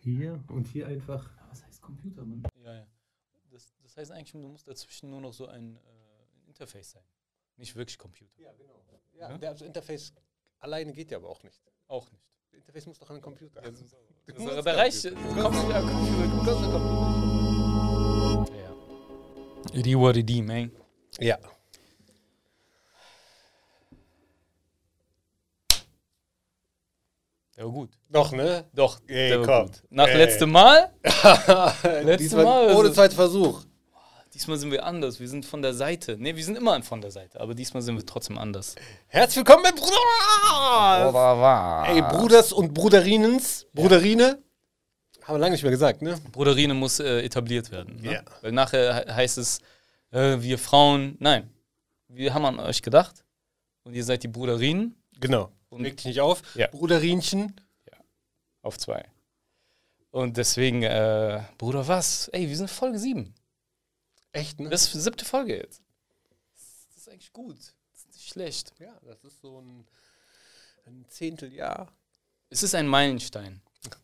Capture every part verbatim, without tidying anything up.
hier und hier einfach. Was heißt Computer, Mann? Ja, ja. Das, das heißt eigentlich, du musst dazwischen nur noch so ein äh, Interface sein. Nicht wirklich Computer. Ja, genau. Ja, ja? Das Interface alleine geht ja aber auch nicht. Auch nicht. Das Interface muss doch an den Computer. Ja, das ist, das ist, da reicht. Du kommst nicht an Computer. Du kommst an Computer. Ja. It is what it is, man. Ja. Der war gut. Doch, ne? Doch, Ey, der war komm. gut. Nach Ey. letztem Mal? Letztes Diesmal Mal. ohne Also, zweiten Versuch. diesmal sind wir anders. Wir sind von der Seite. Ne, wir sind immer von der Seite. Aber diesmal sind wir trotzdem anders. Herzlich willkommen bei Bruder. Ey, Bruders und Bruderinens. Bruderine. Haben wir lange nicht mehr gesagt, ne? Bruderine muss äh, etabliert werden. Ne? Ja. Weil nachher he- heißt es, äh, wir Frauen, nein, wir haben an euch gedacht. Und ihr seid die Bruderinen. Genau. Und Reg dich nicht auf. Ja. Bruderinchen. auf zwei. Und deswegen, äh, Bruder, was? Ey, wir sind Folge sieben. Echt, ne? Das ist die siebte Folge jetzt. Das ist eigentlich gut. Das ist nicht schlecht. Ja, das ist so ein, ein Zehnteljahr. Es ist ein Meilenstein.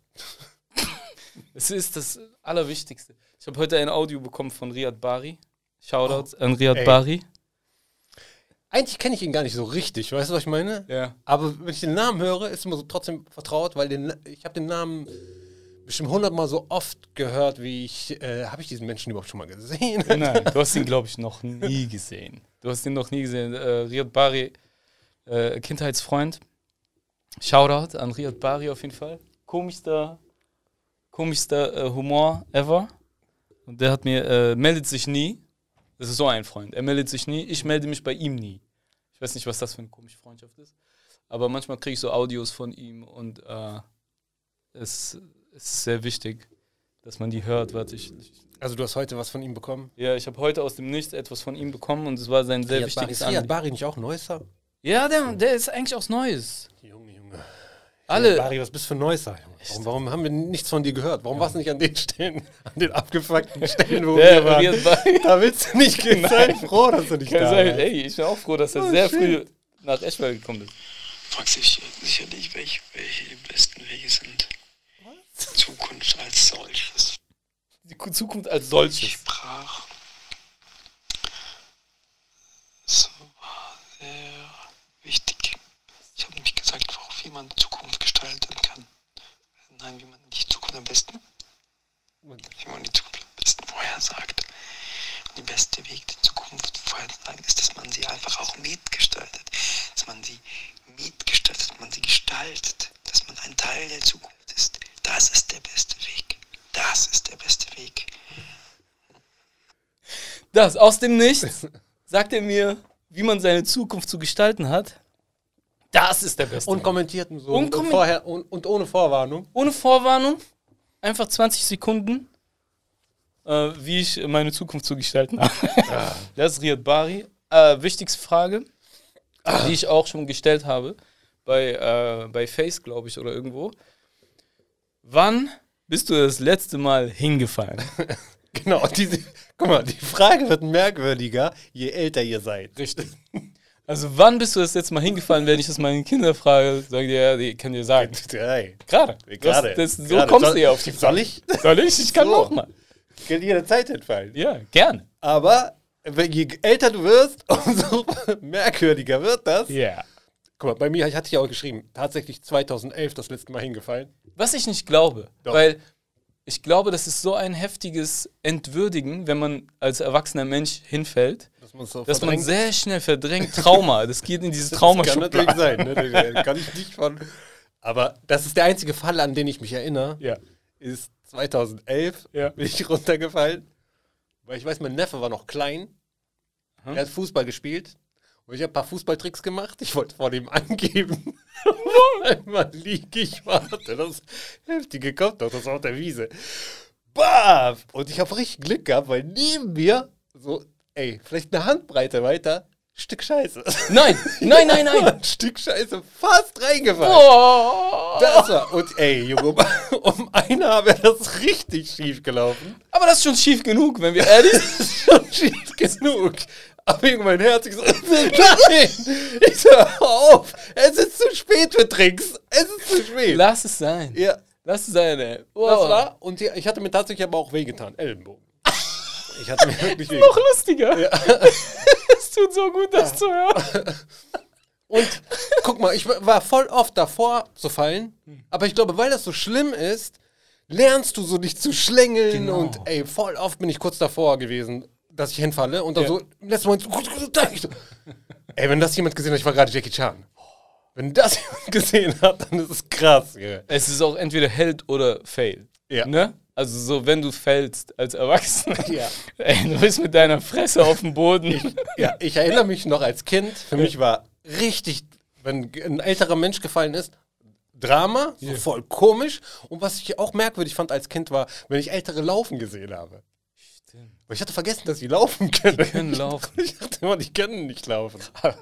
Es ist das Allerwichtigste. Ich habe heute ein Audio bekommen von Riyad Bari. Shoutout Oh, an Riyad ey. Bari. Eigentlich kenne ich ihn gar nicht so richtig, weißt du, was ich meine? Ja. Aber wenn ich den Namen höre, ist es mir so trotzdem vertraut, weil den, ich habe den Namen bestimmt hundertmal so oft gehört, wie ich, äh, habe ich diesen Menschen überhaupt schon mal gesehen? Nein, du hast ihn, glaube ich, noch nie gesehen. Du hast ihn noch nie gesehen. Äh, Riyad Bari, äh, Kindheitsfreund. Shoutout an Riyad Bari auf jeden Fall. Komischster, komischster äh, Humor ever. Und der hat mir, äh, meldet sich nie. Das ist so ein Freund. Er meldet sich nie. Ich melde mich bei ihm nie. Ich weiß nicht, was das für eine komische Freundschaft ist. Aber manchmal kriege ich so Audios von ihm und äh, es, es ist sehr wichtig, dass man die hört. Warte, ich, ich Also du hast heute was von ihm bekommen? ja, ich habe heute aus dem Nichts etwas von ihm bekommen und es war sein sehr Riyad Bari. wichtiges Ist Riyad Anliegen. Bari nicht auch Neusser? Ja, der, der ist eigentlich aus Neues. Junge, Junge. Alle. Riyad Bari, was bist du für Neusser? Warum, warum haben wir nichts von dir gehört? Warum warst du nicht an den Stellen, an den abgefuckten Stellen, wo Der wir waren? Riyad Bari. Da willst du nicht gehen. Sei froh, dass du nicht Kann da sein, warst. ey, ich bin auch froh, dass er Oh, sehr shit. früh nach Eschweiler gekommen ist. Fragt sich sicherlich, welche, welche die besten Wege sind. Zukunft als solches. Die Zukunft als Ich solches. sprach. Es war sehr wichtig. Ich habe nämlich gesagt, wie man die Zukunft gestalten kann. Nein, wie man die Zukunft am besten, wie man die Zukunft am besten vorhersagt. Und der beste Weg, die Zukunft vorherzusagen, ist, dass man sie einfach auch mitgestaltet. Dass man sie mitgestaltet, dass man sie gestaltet. Dass man ein Teil der Zukunft ist. Das ist der beste Weg. Das ist der beste Weg. Das, aus dem Nichts, sagt er mir, wie man seine Zukunft zu gestalten hat. Das ist der beste Und Weg. kommentierten so Und und, kommen- vorher, und, und ohne Vorwarnung. Ohne Vorwarnung, einfach zwanzig Sekunden, äh, wie ich meine Zukunft zu gestalten habe. Das ist Riyad Bari. Äh, wichtigste Frage, die ich auch schon gestellt habe, bei, äh, bei Face, glaube ich, oder irgendwo. Wann bist du das letzte Mal hingefallen? Genau, diese, guck mal, die Frage wird merkwürdiger, je älter ihr seid. Richtig. Also wann bist du das letzte Mal hingefallen, wenn ich das meinen Kindern frage, sagen die, ja, die kann dir sagen. Hey, Gerade. gerade. Das, das, so gerade. kommst Soll- du ja auf die Frage. Soll ich? Soll ich? Ich kann So. auch mal. Kann jederzeit entfallen. Ja, gerne. Aber wenn- je älter du wirst, umso merkwürdiger wird das. Ja. Guck mal, bei mir, ich hatte ja auch geschrieben, tatsächlich zweitausendelf das letzte Mal hingefallen. Was ich nicht glaube, Doch. weil ich glaube, das ist so ein heftiges Entwürdigen, wenn man als erwachsener Mensch hinfällt, Dass man so dass man verdrängt. sehr schnell verdrängt Trauma. Das geht in diese Das kann natürlich Traumaschublade. sein, ne? Da kann ich nicht von. Aber das ist der einzige Fall, an den ich mich erinnere. Ja. Ist zweitausendelf Ja. bin ich runtergefallen. Weil ich weiß, mein Neffe war noch klein. Hm? Er hat Fußball gespielt. Und ich habe ein paar Fußballtricks gemacht. Ich wollte vor dem angeben. Einmal liege ich, warte, das Heftige kommt doch, das war auf der Wiese. Bam! Und ich habe richtig Glück gehabt, weil neben mir, so, ey, vielleicht eine Handbreite weiter, Stück Scheiße. Nein, nein, nein, nein. Ein Stück Scheiße fast reingefallen. Oh. Das war, und ey, Junge, um, um eine Haar wäre das richtig schief gelaufen. Aber das ist schon schief genug, wenn wir ehrlich sind. Das ist schon schief genug. Aber irgendwann mein Herz, ich so, nein! Ich so, hör auf! Es ist zu spät für Tricks! Es ist zu spät! Lass es sein. Ja, Das ist eine. Oh. Das war, und die, ich hatte mir tatsächlich aber auch wehgetan. Ellenbogen. Ich hatte mir wirklich Noch wehgetan. lustiger. Ja. Es tut so gut, das zu hören. Und guck mal, ich war voll oft davor zu fallen, aber ich glaube, weil das so schlimm ist, lernst du so dich zu schlängeln Genau. und ey, voll oft bin ich kurz davor gewesen, dass ich hinfalle und dann Ja. so im letzten Moment so, ich so, ey, wenn das jemand gesehen hat, ich war gerade Jackie Chan. Wenn das jemand gesehen hat, dann ist es krass. Yeah. Es ist auch entweder Held oder Fail. Ja. Ne? Also so, wenn du fällst als Erwachsener, Ja. ey, du bist mit deiner Fresse auf dem Boden. Ja, ich erinnere mich noch als Kind, für mich war richtig, wenn ein älterer Mensch gefallen ist, Drama, so voll komisch. Und was ich auch merkwürdig fand als Kind war, wenn ich Ältere laufen gesehen habe. Stimmt. Weil ich hatte vergessen, dass sie laufen können. Die können laufen. Ich dachte immer, die können nicht laufen.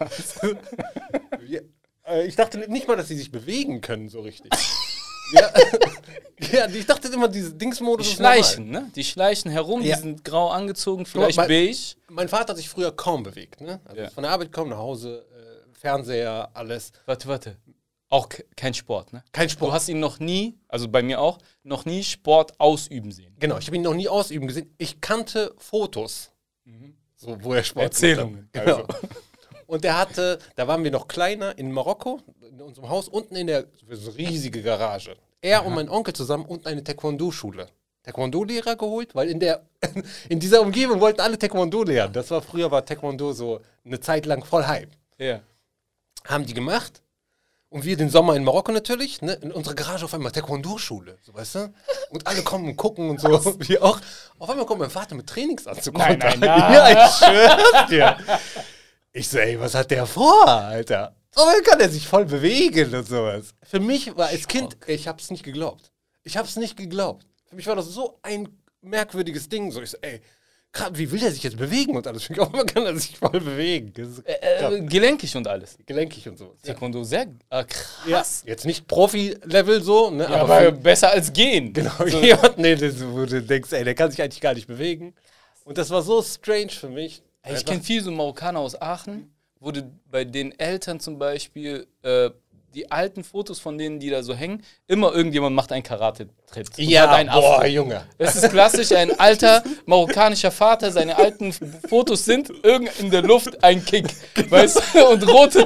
Ja, äh, ich dachte nicht mal, dass sie sich bewegen können, so richtig. ja, ja, ich dachte immer, diese Dingsmodus Die ist normal. schleichen, ne? Die schleichen herum, Ja. die sind grau angezogen, vielleicht mein- beige. Mein Vater hat sich früher kaum bewegt. Ne? Also Ja. von der Arbeit kommen nach Hause, äh, Fernseher, alles. Warte, warte. Auch ke- kein Sport, ne? Kein Du Sport. hast ihn noch nie, also bei mir auch, noch nie Sport ausüben sehen. Genau, ich habe ihn noch nie ausüben gesehen. Ich kannte Fotos, so, wo er Sport Erzählungen, gemacht hat. Genau. Und er hatte, da waren wir noch kleiner in Marokko, in unserem Haus, unten in der so riesige Garage. Er und mein Onkel zusammen unten eine Taekwondo-Schule. Taekwondo-Lehrer geholt, weil in der in dieser Umgebung wollten alle Taekwondo lernen. Das war früher war Taekwondo so eine Zeit lang voll Hype. Ja. Haben die gemacht. Und wir den Sommer in Marokko natürlich, ne, in unserer Garage auf einmal Taekwondo-Schule, so weißt du? Und alle kommen und gucken und so, wir auch. Auf einmal kommt mein Vater mit Trainingsanzug Nein, runter. nein, nein. Ja, ich schwör's dir. Ich so, ey, was hat der vor, Alter? So kann er sich voll bewegen und sowas. Für mich war als Kind, ich hab's nicht geglaubt. Ich hab's nicht geglaubt. Für mich war das so ein merkwürdiges Ding. So, ich so, ey, grad, wie will der sich jetzt bewegen und alles? Auf einmal kann er sich voll bewegen. Das ist krass. Äh, gelenkig und alles. Gelenkig und sowas. Ja. Taekwondo sehr äh, krass. Ja, jetzt nicht Profi-Level so, ne? Ja, aber aber für, besser als gehen. genau, So, jemand, nee, das, wo du denkst, ey, der kann sich eigentlich gar nicht bewegen. Und das war so strange für mich. Ey, ich kenne viele so Marokkaner aus Aachen, wo du bei den Eltern zum Beispiel äh, die alten Fotos von denen, die da so hängen, immer irgendjemand macht einen Karate-Tritt. und ja, hat einen boah, Afro. Junge. Es ist klassisch, ein alter marokkanischer Vater, seine alten Fotos sind irgend in der Luft ein Kick, weißt du, und rote,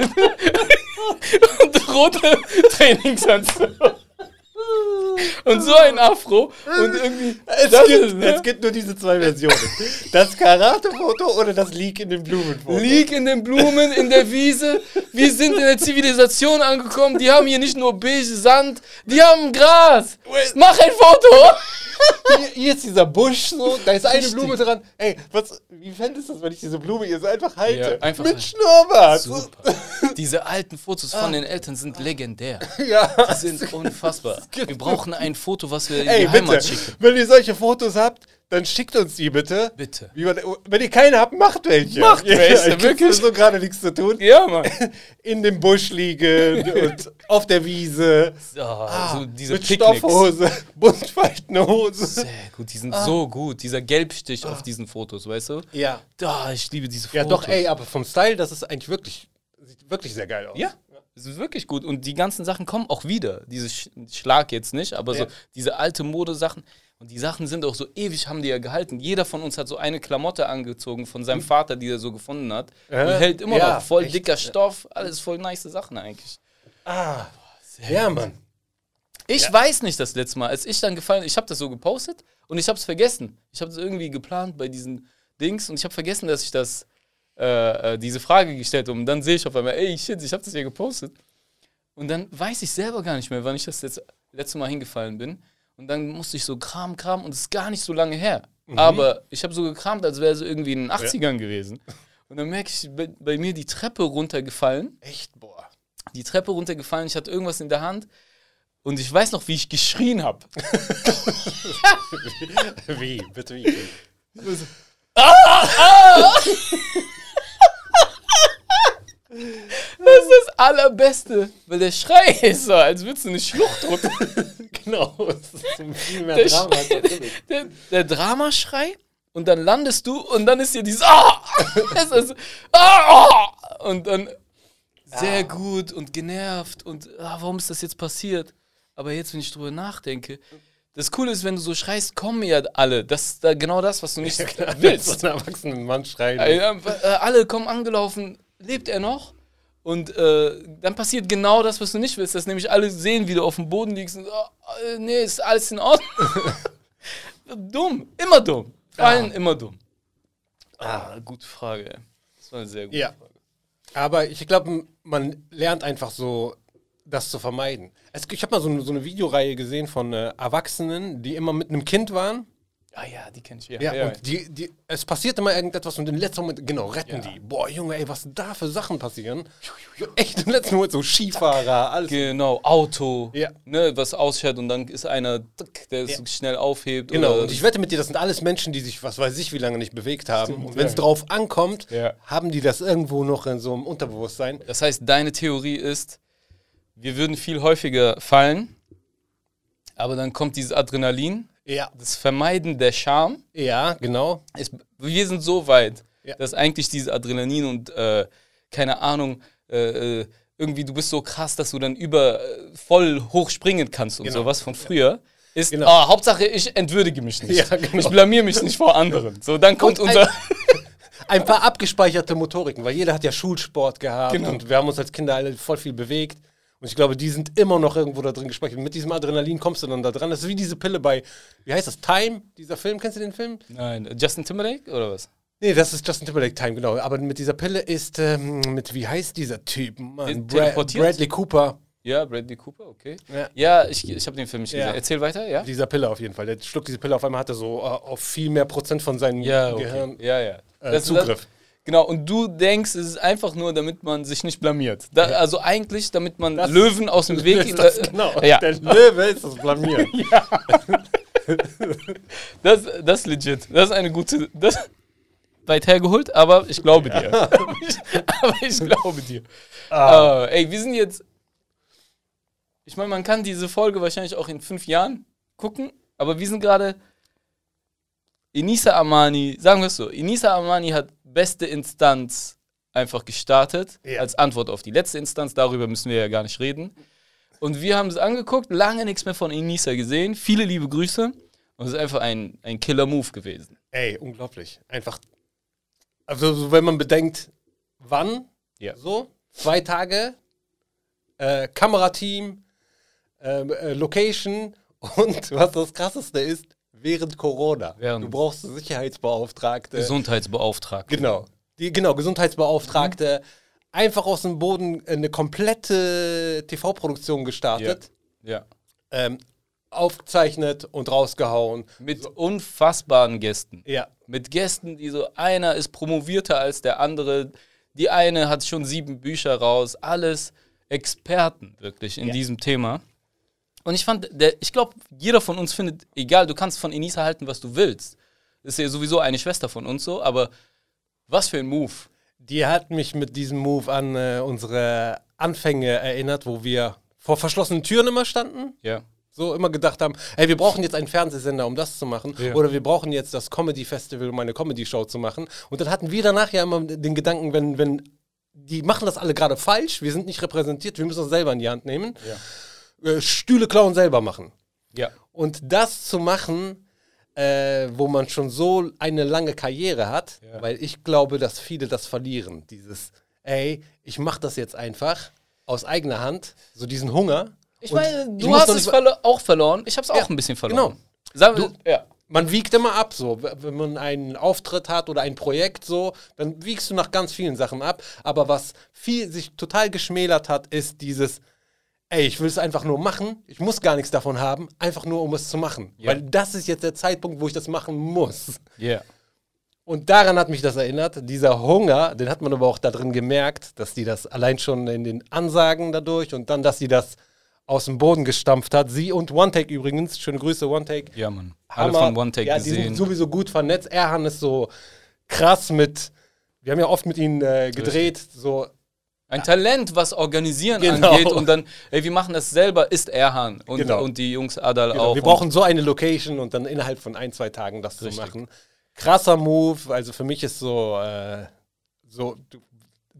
und rote Trainingshandschuhe. Und so ein Afro und irgendwie. Es das gibt, ist, ne? es gibt nur diese zwei Versionen. Das Karate-Foto oder das Leak in den Blumenfoto. Lieg in den Blumen, in der Wiese. Wir sind in der Zivilisation angekommen. Die haben hier nicht nur beige Sand, die haben Gras. Mach ein Foto. Hier, hier ist dieser Busch so, da ist eine Richtig. Blume dran. Ey, was, wie fändest du das, wenn ich diese Blume hier so einfach halte? Ja, einfach Mit halten. Schnurrbart. Super. Diese alten Fotos von den Eltern sind legendär. Ja. Die sind unfassbar. Wir brauchen ein Foto, was wir in Ey, die Heimat bitte, schicken. wenn ihr solche Fotos habt, dann schickt uns die bitte. Bitte. Wie man, wenn ihr keine habt, macht welche. Macht Ja, welche, ich wirklich. wirklich. so gerade nichts zu tun. Ja, Mann. In dem Busch liegen und auf der Wiese. So, so diese mit Picknicks. Stoffhose, Buntfaltenhose. Sehr gut, die sind so gut. Dieser Gelbstich auf diesen Fotos, weißt du? Ja. Da, ich liebe diese Fotos. Ja, doch, ey, aber vom Style, das ist eigentlich wirklich, sieht wirklich sehr geil aus. Ja, es ist wirklich gut. Und die ganzen Sachen kommen auch wieder. Diese Sch Schlag jetzt nicht, aber Ja. so diese alte Modesachen. Und die Sachen sind auch so ewig, haben die ja gehalten. Jeder von uns hat so eine Klamotte angezogen von seinem Vater, die er so gefunden hat. Äh, und hält immer ja, noch voll echt. dicker Stoff. Alles voll nice Sachen eigentlich. Ah, ja, Mann. Ich weiß nicht das letzte Mal, als ich dann gefallen, ich habe das so gepostet und ich habe es vergessen. Ich habe es irgendwie geplant bei diesen Dings und ich habe vergessen, dass ich das äh, äh, diese Frage gestellt habe. Und dann sehe ich auf einmal, ey, shit, ich habe das hier gepostet. Und dann weiß ich selber gar nicht mehr, wann ich das jetzt, letzte Mal hingefallen bin. Und dann musste ich so Kram, Kram und es ist gar nicht so lange her. Mhm. Aber ich habe so gekramt, als wäre es irgendwie in den achtzigern gewesen. Und dann merke ich, bei, bei mir die Treppe runtergefallen. Echt, boah. Die Treppe runtergefallen, ich hatte irgendwas in der Hand. Und ich weiß noch, wie ich geschrien habe. Wie? Bitte wie? Das ist das Allerbeste, weil der Schrei ist so, als würdest du eine Schlucht runter. Genau, es ist so viel mehr Der, Drama als natürlich. der, der Dramaschrei und dann landest du und dann ist hier dieses Ah! Es ist Ah! Und dann sehr gut und genervt und ah, warum ist das jetzt passiert? aber jetzt, wenn ich drüber nachdenke, das Coole ist, wenn du so schreist, kommen ja alle. Das ist da genau das, was du nicht Ja, willst. So einen erwachsenen Mann schreien. Äh, äh, alle kommen angelaufen, lebt er noch? Und äh, dann passiert genau das, was du nicht willst, dass nämlich alle sehen, wie du auf dem Boden liegst und oh, äh, nee, ist alles in Ordnung. Dumm, immer dumm. Vor allem Ah. immer dumm. Ah, gute Frage. Ey. Das war eine sehr gute Ja. Frage. Aber ich glaube, man lernt einfach so, das zu vermeiden. Es, ich habe mal so eine, so eine Videoreihe gesehen von äh, Erwachsenen, die immer mit einem Kind waren. Ah ja, die kenn ich. Ja, Ja, ja, und die, die, es passiert immer irgendetwas und im letzten Moment, genau, retten Ja. die. Boah, Junge, ey, was da für Sachen passieren. So echt im letzten Moment so Skifahrer, alles. Genau, Auto, Ja. ne, was ausschert und dann ist einer, tick, der es Ja. so schnell aufhebt. Genau, oder und ich wette mit dir, das sind alles Menschen, die sich, was weiß ich, wie lange nicht bewegt haben. Stimmt, und wenn es ja. drauf ankommt, Ja. haben die das irgendwo noch in so einem Unterbewusstsein. Das heißt, deine Theorie ist, wir würden viel häufiger fallen, aber dann kommt dieses Adrenalin, Ja, das Vermeiden der Scham. ja, genau. Es, wir sind so weit, Ja. dass eigentlich dieses Adrenalin und, äh, keine Ahnung, äh, äh, irgendwie du bist so krass, dass du dann über äh, voll hoch springen kannst und Genau. sowas von früher. Ist, Genau. ah, Hauptsache, ich entwürdige mich nicht. Ja, genau. Ich blamier mich nicht vor anderen. So, dann kommt Und unser... Ein paar abgespeicherte Motoriken, weil jeder hat ja Schulsport gehabt Genau. und wir haben uns als Kinder alle voll viel bewegt. Und ich glaube, die sind immer noch irgendwo da drin gespeichert. Mit diesem Adrenalin kommst du dann da dran. Das ist wie diese Pille bei, wie heißt das, Time, dieser Film, kennst du den Film? Nein, Justin Timberlake oder was? Nee, das ist Justin Timberlake Time, genau. Aber mit dieser Pille ist, ähm, mit, wie heißt dieser Typ? Mann, Ist Bra teleportiert? Bradley Cooper. Ja, Bradley Cooper, okay. Ja. Ja, ich, ich habe den Film nicht Ja. gesehen. Erzähl weiter, ja? Dieser Pille auf jeden Fall. Der schluckt diese Pille auf einmal, hat er so äh, auf viel mehr Prozent von seinem Ja, okay. Gehirn Ja, ja. äh, Das- Zugriff. Das, genau, und du denkst, es ist einfach nur, damit man sich nicht blamiert. Da, also eigentlich, damit man Das- Löwen aus dem Weg... ist das, äh, genau. Ja, Der Löwe ist das Blamieren. das, das ist legit. Das ist eine gute... Das, weit hergeholt, aber ich glaube dir. aber ich glaube dir. Ah. Äh, ey, wir sind jetzt... Ich meine, man kann diese Folge wahrscheinlich auch in fünf Jahren gucken, aber wir sind gerade... Inisa Amani, sagen wir es so, Inisa Amani hat beste Instanz einfach gestartet, Ja. als Antwort auf die letzte Instanz, darüber müssen wir ja gar nicht reden. Und wir haben es angeguckt, lange nichts mehr von Inisa gesehen, viele liebe Grüße. Und es ist einfach ein, ein Killer-Move gewesen. Ey, unglaublich. Einfach, also so, wenn man bedenkt, wann, Ja. so, zwei Tage, äh, Kamerateam, ähm, äh, Location und was das Krasseste ist, während Corona. Während- Du brauchst Sicherheitsbeauftragte. Gesundheitsbeauftragte. Genau. Die, genau, Gesundheitsbeauftragte. Einfach aus dem Boden eine komplette T V-Produktion gestartet, Ja. ähm, aufgezeichnet und rausgehauen. Mit unfassbaren Gästen. Ja. Mit Gästen, die so, einer ist promovierter als der andere, die eine hat schon sieben Bücher raus, alles Experten wirklich in Ja. diesem Thema. Und ich fand, der, ich glaube, jeder von uns findet, egal, du kannst von Inisa halten, was du willst. Das ist ja sowieso eine Schwester von uns so, aber was für ein Move. Die hat mich mit diesem Move an äh, unsere Anfänge erinnert, wo wir vor verschlossenen Türen immer standen. Ja. So immer gedacht haben, ey, wir brauchen jetzt einen Fernsehsender, um das zu machen. Ja. Oder wir brauchen jetzt das Comedy-Festival, um eine Comedy-Show zu machen. Und dann hatten wir danach ja immer den Gedanken, wenn, wenn die machen das alle gerade falsch, wir sind nicht repräsentiert, wir müssen das selber in die Hand nehmen. Äh, Stühle klauen, selber machen. Ja. Und das zu machen, äh, wo man schon so eine lange Karriere hat, Ja. weil ich glaube, dass viele das verlieren. Dieses, ey, ich mach das jetzt einfach aus eigener Hand, so diesen Hunger. Ich Und meine, ich du muss hast doch es nicht- verlo- auch verloren. Ich habe es auch Ja, ein bisschen verloren. genau. Sagen wir, Du- ja. Man wiegt immer ab, so. W- Wenn man einen Auftritt hat oder ein Projekt, so, dann wiegst du nach ganz vielen Sachen ab. Aber was viel sich total geschmälert hat, ist dieses, ey, ich will es einfach nur machen, ich muss gar nichts davon haben, einfach nur, um es zu machen. Ja. Weil das ist jetzt der Zeitpunkt, wo ich das machen muss. Ja. Und daran hat mich das erinnert, dieser Hunger, den hat man aber auch da drin gemerkt, dass die das allein schon in den Ansagen dadurch und dann, dass sie das aus dem Boden gestampft hat. Sie und One Take übrigens, schöne Grüße, One Take. Ja, Mann. Alle Hammer. von One Take ja, die sind gesehen. sowieso gut vernetzt. Erhan ist so krass mit, wir haben ja oft mit ihnen äh, gedreht, so, Ein Talent, was Organisieren Genau. angeht und dann, ey, wir machen das selber, ist Erhan und, Genau. und die Jungs Adal genau, auch. wir Und- brauchen so eine Location und dann innerhalb von ein, zwei Tagen das Richtig. zu machen. Krasser Move, also für mich ist so, äh, so, du,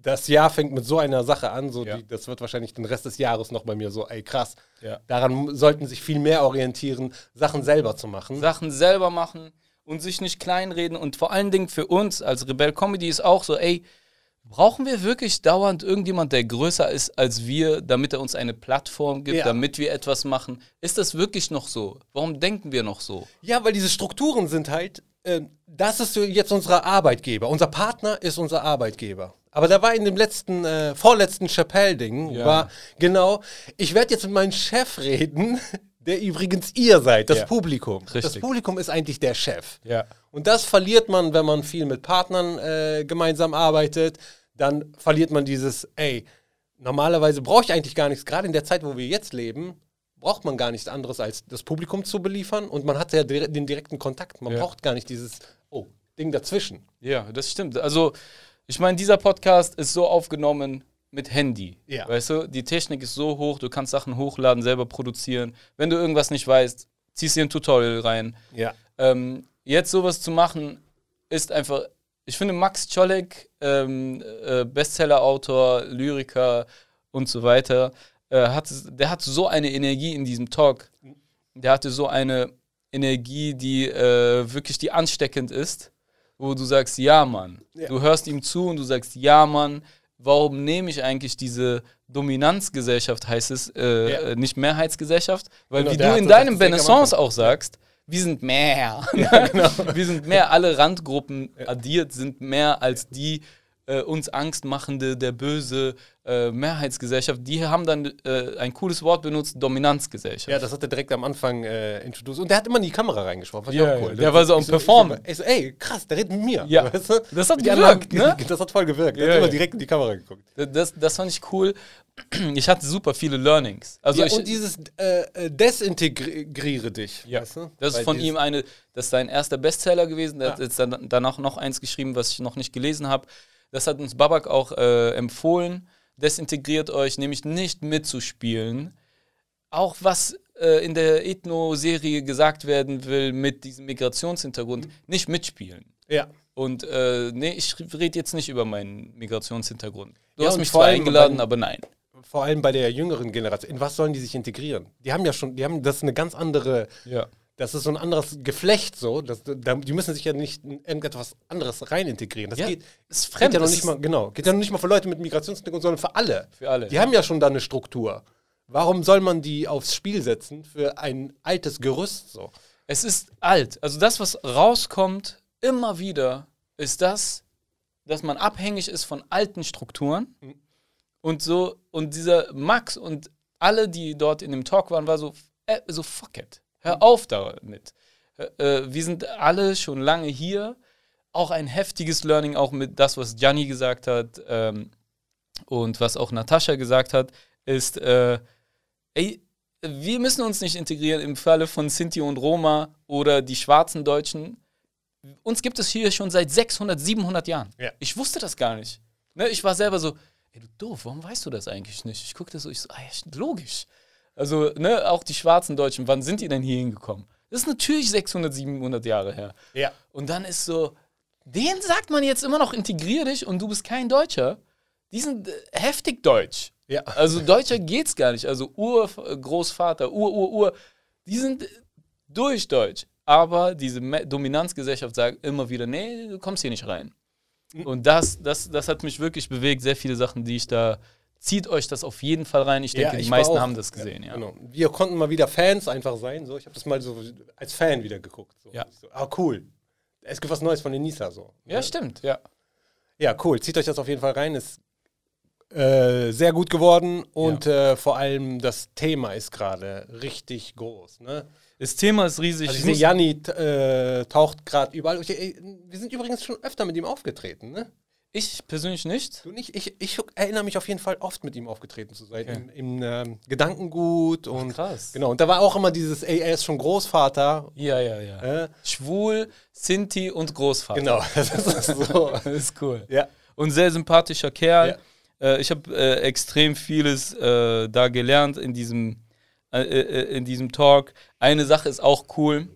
das Jahr fängt mit so einer Sache an, so Ja. die, das wird wahrscheinlich den Rest des Jahres noch bei mir so, ey krass, Ja. daran sollten sich viel mehr orientieren, Sachen selber zu machen. Sachen selber machen und sich nicht kleinreden. Und vor allen Dingen für uns als Rebell Comedy ist auch so, ey, brauchen wir wirklich dauernd irgendjemand, der größer ist als wir, damit er uns eine Plattform gibt, Ja. damit wir etwas machen? Ist das wirklich noch so? Warum denken wir noch so? Ja, weil diese Strukturen sind halt, äh, das ist so jetzt unser Arbeitgeber. Unser Partner ist unser Arbeitgeber. Aber da war in dem letzten, äh, vorletzten Chappelle-Ding, Ja. war genau, ich werde jetzt mit meinem Chef reden, der übrigens ihr seid, das Ja. Publikum. Das Richtig. Publikum ist eigentlich der Chef. Ja. Und das verliert man, wenn man viel mit Partnern äh, gemeinsam arbeitet. Dann verliert man dieses, ey, normalerweise brauche ich eigentlich gar nichts. Gerade in der Zeit, wo wir jetzt leben, braucht man gar nichts anderes, als das Publikum zu beliefern. Und man hat ja dire- den direkten Kontakt. Man Ja. braucht gar nicht dieses, oh, Ding dazwischen. Ja, das stimmt. Also, ich meine, dieser Podcast ist so aufgenommen mit Handy. Ja. Weißt du, die Technik ist so hoch, du kannst Sachen hochladen, selber produzieren. Wenn du irgendwas nicht weißt, ziehst dir ein Tutorial rein. Ja. Ähm, jetzt sowas zu machen, ist einfach, ich finde Max Czolek, ähm, äh, Bestseller-Autor, Lyriker und so weiter, äh, hat, der hat so eine Energie in diesem Talk. Der hatte so eine Energie, die äh, wirklich die ansteckend ist, wo du sagst, ja Mann. Ja. Du hörst ihm zu und du sagst, ja Mann, warum nehme ich eigentlich diese Dominanzgesellschaft, heißt es, äh, Ja. äh, nicht Mehrheitsgesellschaft? Weil Genau, wie der du hat in das deinem direkt am Renaissance Anfang. auch sagst, wir sind mehr. genau. Wir sind mehr, alle Randgruppen addiert sind mehr als die äh, uns angstmachende, der böse äh, Mehrheitsgesellschaft. Die haben dann äh, ein cooles Wort benutzt, Dominanzgesellschaft. Ja, das hat er direkt am Anfang äh, introduced. Und der hat immer in die Kamera reingesprochen. Fand ich Ja, auch cool. ja, der war so am ich Performen. Ich so, ey, krass, der redet mit mir. Ja. Weißt du? Das hat Die anderen- gewirkt, ne? Das hat voll gewirkt. Der Ja, hat immer ja. direkt in die Kamera geguckt. Das, das fand ich cool. Ich hatte super viele Learnings. Also Ja, ich, und dieses äh, äh, Desintegriere dich. Ja, Weißt du? das ist Weil von dieses- ihm eine, das ist sein erster Bestseller gewesen. Der Ja. hat jetzt dann, danach noch eins geschrieben, was ich noch nicht gelesen habe. Das hat uns Babak auch äh, empfohlen. Desintegriert euch, nämlich nicht mitzuspielen. Auch was äh, in der Ethno-Serie gesagt werden will mit diesem Migrationshintergrund, nicht mitspielen. Ja. Und äh, nee, ich rede jetzt nicht über meinen Migrationshintergrund. Du Ja, hast und mich vor zwar allem eingeladen, beim- aber nein. Vor allem bei der jüngeren Generation. In was sollen die sich integrieren? Die haben ja schon, die haben, das ist eine ganz andere, Ja. das ist so ein anderes Geflecht so. Das, da, die müssen sich ja nicht in irgendetwas anderes rein integrieren. Das Ja, geht, ist geht fremd. ja noch es nicht ist mal, genau, geht ja noch nicht mal für Leute mit Migrationshintergrund, sondern für alle. für alle. Die haben ja schon da eine Struktur. Warum soll man die aufs Spiel setzen für ein altes Gerüst so? Es ist alt. Also das, was rauskommt, immer wieder, ist das, dass man abhängig ist von alten Strukturen. Mhm. Und so, und dieser Max und alle, die dort in dem Talk waren, war so, äh, so fuck it. Hör auf damit. Äh, wir sind alle schon lange hier. Auch ein heftiges Learning, auch mit das, was Gianni gesagt hat ähm, und was auch Natascha gesagt hat, ist, äh, ey, wir müssen uns nicht integrieren im Falle von Sinti und Roma oder die schwarzen Deutschen. Uns gibt es hier schon seit sechshundert, siebenhundert Jahren. Ja. Ich wusste das gar nicht. Ne, ich war selber so, ey, du doof, warum weißt du das eigentlich nicht? Ich gucke das so, ich so, ah, ja, logisch. Also, ne, auch die schwarzen Deutschen, wann sind die denn hier hingekommen? Das ist natürlich sechshundert, siebenhundert Jahre her. Ja. Und dann ist so, denen sagt man jetzt immer noch, integrier dich und du bist kein Deutscher. Die sind äh, heftig deutsch. Ja. Also Deutscher geht's gar nicht. Also Urgroßvater, Ur, Ur, Ur, die sind durchdeutsch. Aber diese Me- Dominanzgesellschaft sagt immer wieder, nee, du kommst hier nicht rein. Und das, das, das hat mich wirklich bewegt. Sehr viele Sachen, die ich da, zieht euch das auf jeden Fall rein. Ich denke, Ja, ich die war meisten auch- haben das gesehen, ja. Genau. Wir konnten mal wieder Fans einfach sein. So. Ich habe das mal so als Fan wieder geguckt. So. Ja. So, ah, cool. Es gibt was Neues von den Nisa. So. Ja, stimmt, ja. Ja, cool. Zieht euch das auf jeden Fall rein. Ist äh, sehr gut geworden. Und äh, vor allem das Thema ist gerade richtig groß. Ne? Das Thema ist riesig. Also ich Ich sehe, muss- Janni t- äh, taucht gerade überall. Ich, ey, wir sind übrigens schon öfter mit ihm aufgetreten. Ne? ich persönlich nicht. Du nicht? Ich, ich erinnere mich auf jeden Fall oft mit ihm aufgetreten zu sein. Okay. Im, im ähm, Gedankengut. Und, krass. Genau. Und da war auch immer dieses, ey, er ist schon Großvater. Ja, ja, ja. Äh, Schwul, Sinti und Großvater. genau. Das ist so. Das ist cool. Ja. Und sehr sympathischer Kerl. Ja. Äh, ich habe äh, extrem vieles äh, da gelernt in diesem, äh, äh, in diesem Talk. Eine Sache ist auch cool.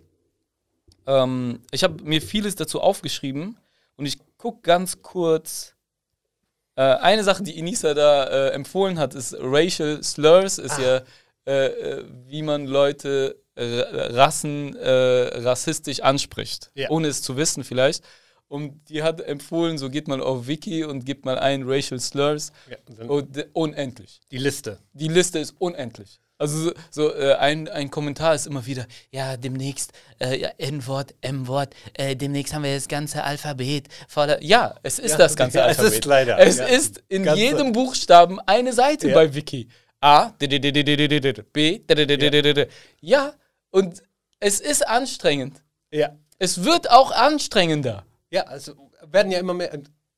Ähm, ich habe mir vieles dazu aufgeschrieben und ich gucke ganz kurz Äh, eine Sache, die Inisa da äh, empfohlen hat, ist Racial Slurs, ist ah. ja, äh, wie man Leute äh, Rassen äh, rassistisch anspricht, ja. ohne es zu wissen vielleicht. Und die hat empfohlen, so geht man auf Wiki und gibt mal ein Racial Slurs. Ja, und unendlich. Die Liste. Die Liste ist unendlich. Also so, so äh, ein, ein Kommentar ist immer wieder, ja, demnächst äh, ja, N-Wort, M-Wort, äh, demnächst haben wir das ganze Alphabet. Voller, ja, es ist ja, das ganze ja, Alphabet. Es ist leider. Es ja. ist in ganze. jedem Buchstaben eine Seite ja. bei Wiki. A, B, ja, und es ist anstrengend. Ja. Es wird auch anstrengender. Ja, also werden ja immer mehr...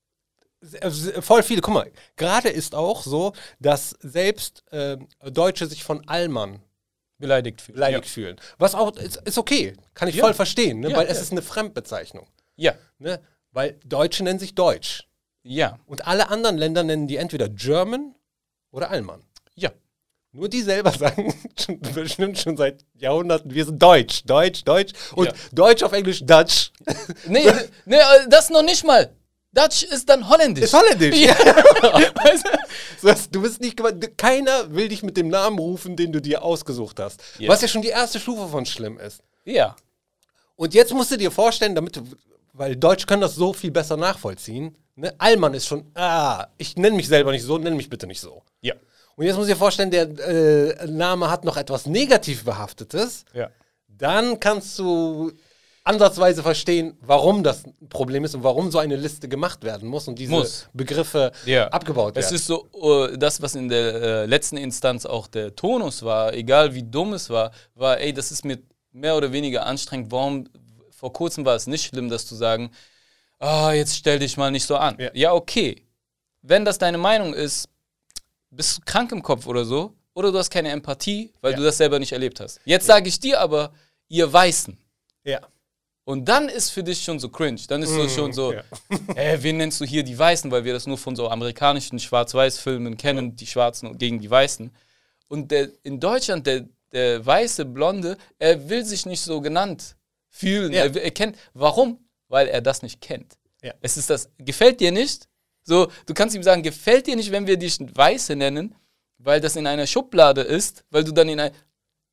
Voll viele, guck mal, gerade ist auch so, dass selbst äh, Deutsche sich von Allmann beleidigt fühlen. Beleidigt ja. fühlen. Was auch, ist, ist okay, kann ich ja. voll verstehen, ne? ja, weil ja. es ist eine Fremdbezeichnung. Ja. Ne? Weil Deutsche nennen sich Deutsch. Ja. Und alle anderen Länder nennen die entweder German oder Allmann. Ja. Nur die selber sagen schon, bestimmt schon seit Jahrhunderten, wir sind Deutsch, Deutsch, Deutsch und ja. Deutsch auf Englisch Dutch. Nee, nee, das noch nicht mal. Dutch ist dann holländisch. Ist holländisch, ja. Weißt du? Du bist nicht gemeint, keiner will dich mit dem Namen rufen, den du dir ausgesucht hast. Ja. Was ja schon die erste Stufe von schlimm ist. Ja. Und jetzt musst du dir vorstellen, damit du, weil Deutsch kann das so viel besser nachvollziehen, ne? Allmann ist schon, ah, ich nenne mich selber nicht so, nenn mich bitte nicht so. Ja. Und jetzt muss ich dir vorstellen, der äh, Name hat noch etwas negativ behaftetes. Ja. Dann kannst du ansatzweise verstehen, warum das ein Problem ist und warum so eine Liste gemacht werden muss und diese muss. Begriffe ja. abgebaut werden. Es ist so, uh, das, was in der äh, letzten Instanz auch der Tonus war, egal wie dumm es war, war, ey, das ist mir mehr oder weniger anstrengend. Warum, vor kurzem war es nicht schlimm, das zu sagen, ah, jetzt stell dich mal nicht so an. Ja. ja, okay. Wenn das deine Meinung ist, bist du krank im Kopf oder so, oder du hast keine Empathie, weil ja. du das selber nicht erlebt hast. Jetzt ja. sage ich dir aber, ihr Weißen. Ja. Und dann ist für dich schon so cringe. Dann ist mm, so schon so, ja. äh, wen nennst du hier die Weißen? Weil wir das nur von so amerikanischen Schwarz-Weiß-Filmen kennen, ja. die Schwarzen gegen die Weißen. Und der, in Deutschland, der, der weiße Blonde, er will sich nicht so genannt fühlen. Ja. Er, er kennt, warum? Weil er das nicht kennt. Ja. Es ist das, gefällt dir nicht? So, du kannst ihm sagen, gefällt dir nicht, wenn wir dich Weiße nennen, weil das in einer Schublade ist, weil du dann in ein...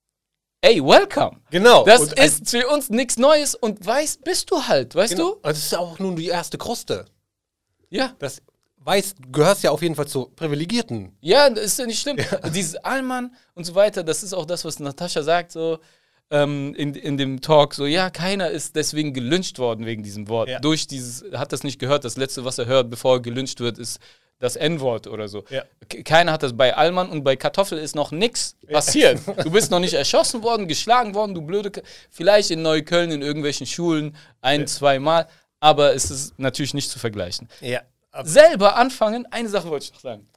Ey, welcome. Genau. Das und ist für uns nichts Neues und weiß bist du halt, weißt genau. du? Das ist auch nun die erste Kruste. Ja. Das weiß, du gehörst ja auf jeden Fall zu Privilegierten. Ja, das ist ja nicht schlimm. Ja. Dieses Allmann und so weiter, das ist auch das, was Natascha sagt, so ähm, in, in dem Talk, so, ja, keiner ist deswegen gelyncht worden wegen diesem Wort. Ja. Durch dieses, hat das nicht gehört, das Letzte, was er hört, bevor er gelyncht wird, ist das N-Wort oder so. Ja. Keiner hat das bei Allmann und bei Kartoffel ist noch nichts passiert. Ja. Du bist noch nicht erschossen worden, geschlagen worden, du blöde... K- Vielleicht in Neukölln in irgendwelchen Schulen ein, ja. zwei Mal, aber es ist natürlich nicht zu vergleichen. Ja. Selber anfangen, eine Sache wollte ich noch sagen.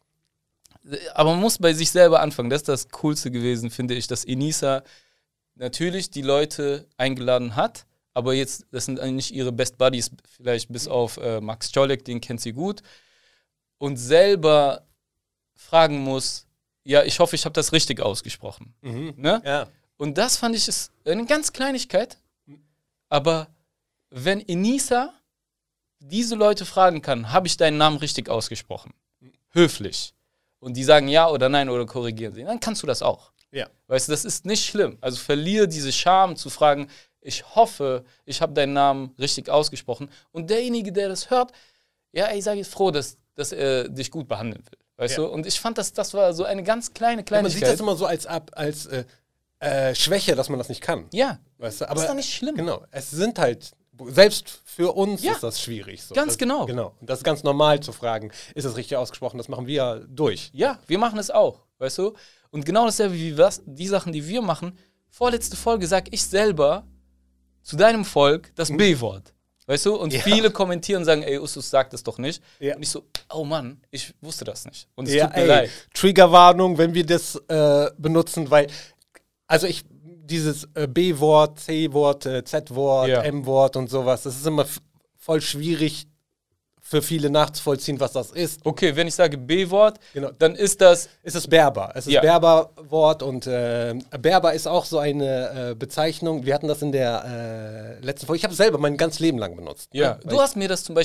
Aber man muss bei sich selber anfangen. Das ist das Coolste gewesen, finde ich, dass Inisa natürlich die Leute eingeladen hat, aber jetzt, das sind eigentlich nicht ihre Best Buddies, vielleicht bis auf äh, Max Czolek, den kennt sie gut, und selber fragen muss, ja, ich hoffe, ich habe das richtig ausgesprochen. Mhm. Ne? Ja. Und das fand ich ist eine ganz Kleinigkeit, aber wenn Inisa diese Leute fragen kann, habe ich deinen Namen richtig ausgesprochen? Höflich. Und die sagen ja oder nein oder korrigieren sie, dann kannst du das auch. Ja. Weißt du, das ist nicht schlimm. Also verliere diese Scham zu fragen, ich hoffe, ich habe deinen Namen richtig ausgesprochen. Und derjenige, der das hört, ja, ey, sage ich froh, dass dass er dich gut behandeln will, weißt ja. du? Und ich fand, das, das war so eine ganz kleine Kleinigkeit. Ja, man sieht das immer so als, als äh, äh, Schwäche, dass man das nicht kann. Ja, weißt du? Aber das ist doch nicht schlimm. Genau, es sind halt, selbst für uns ja. ist das schwierig. So. Ganz das, genau. Genau. Und das ist ganz normal zu fragen, ist das richtig ausgesprochen? Das machen wir ja durch. Ja, wir machen es auch, weißt du? Und genau dasselbe wie was, die Sachen, die wir machen. Vorletzte Folge sag ich selber zu deinem Volk das B-Wort. Weißt du? Und ja. viele kommentieren und sagen, ey, Ustus sagt das doch nicht. Ja. Und ich so, oh Mann, ich wusste das nicht. Und es ja, tut mir ey, leid. Triggerwarnung, wenn wir das äh, benutzen, weil, also ich, dieses äh, B-Wort, C-Wort, äh, Z-Wort, ja. M-Wort und sowas, das ist immer f- voll schwierig für viele nachzuvollziehen, was das ist. Okay, wenn ich sage B-Wort, genau. dann ist das... Es ist Berber. Es ist ja. Berber-Wort und äh, Berber ist auch so eine äh, Bezeichnung. Wir hatten das in der äh, letzten Folge. Ich habe es selber mein ganzes Leben lang benutzt. Ja, du hast mir das zum Beispiel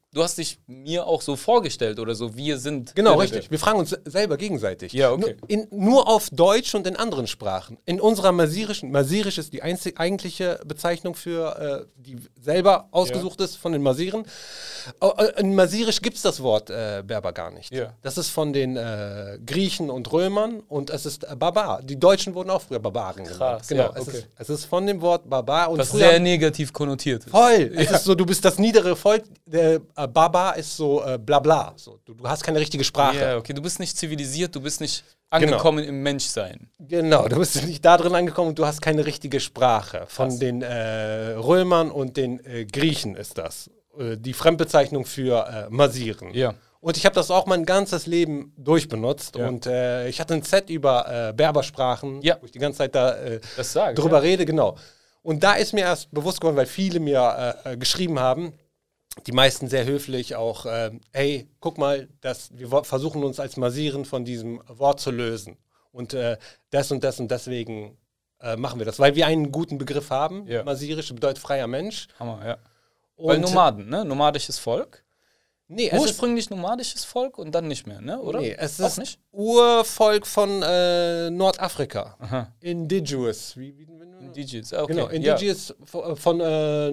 du hast dich mir auch so vorgestellt oder so, wir sind. Genau, der, richtig. Wir fragen uns selber gegenseitig. Ja, okay. Nur, in, nur auf Deutsch und in anderen Sprachen. In unserer Masirischen, Masirisch ist die einzig, eigentliche Bezeichnung für, äh, die selber ausgesucht ja. ist von den Masiren. Äh, in Masirisch gibt es das Wort äh, Berber gar nicht. Ja. Das ist von den äh, Griechen und Römern und es ist äh, Barbar. Die Deutschen wurden auch früher Barbaren genannt. Krass, genau. ja, es, okay. ist, es ist von dem Wort Barbar. Und was früher, sehr negativ konnotiert ist. voll. Ja. Es ist so, du bist das niedere Volk. Der äh, Barbar ist so äh, Blabla. So, du, du hast keine richtige Sprache. Ja, okay, du bist nicht zivilisiert, du bist nicht angekommen genau. im Menschsein. Genau, du bist nicht da drin angekommen und du hast keine richtige Sprache. Von Krass. den äh, Römern und den äh, Griechen ist das. Äh, die Fremdbezeichnung für äh, Masiren. Ja. Und ich habe das auch mein ganzes Leben durchbenutzt. Ja. Und äh, ich hatte ein Set über äh, Berbersprachen, ja. wo ich die ganze Zeit da äh, das sag, drüber ja. rede. Genau. Und da ist mir erst bewusst geworden, weil viele mir äh, geschrieben haben, die meisten sehr höflich auch, äh, hey, guck mal, das, wir versuchen uns als Masiren von diesem Wort zu lösen. Und äh, das und das und deswegen äh, machen wir das. Weil wir einen guten Begriff haben. Ja. Masirisch bedeutet freier Mensch. Hammer, ja. Und weil Nomaden, ne? Nomadisches Volk. Nee, es Ursprünglich ist, nomadisches Volk und dann nicht mehr, ne? Oder? Nee, es auch ist nicht? Urvolk von äh, Nordafrika. Aha. Indigenous. Wie, wie, Indigenous, okay. Genau, Indigenous ja. von äh,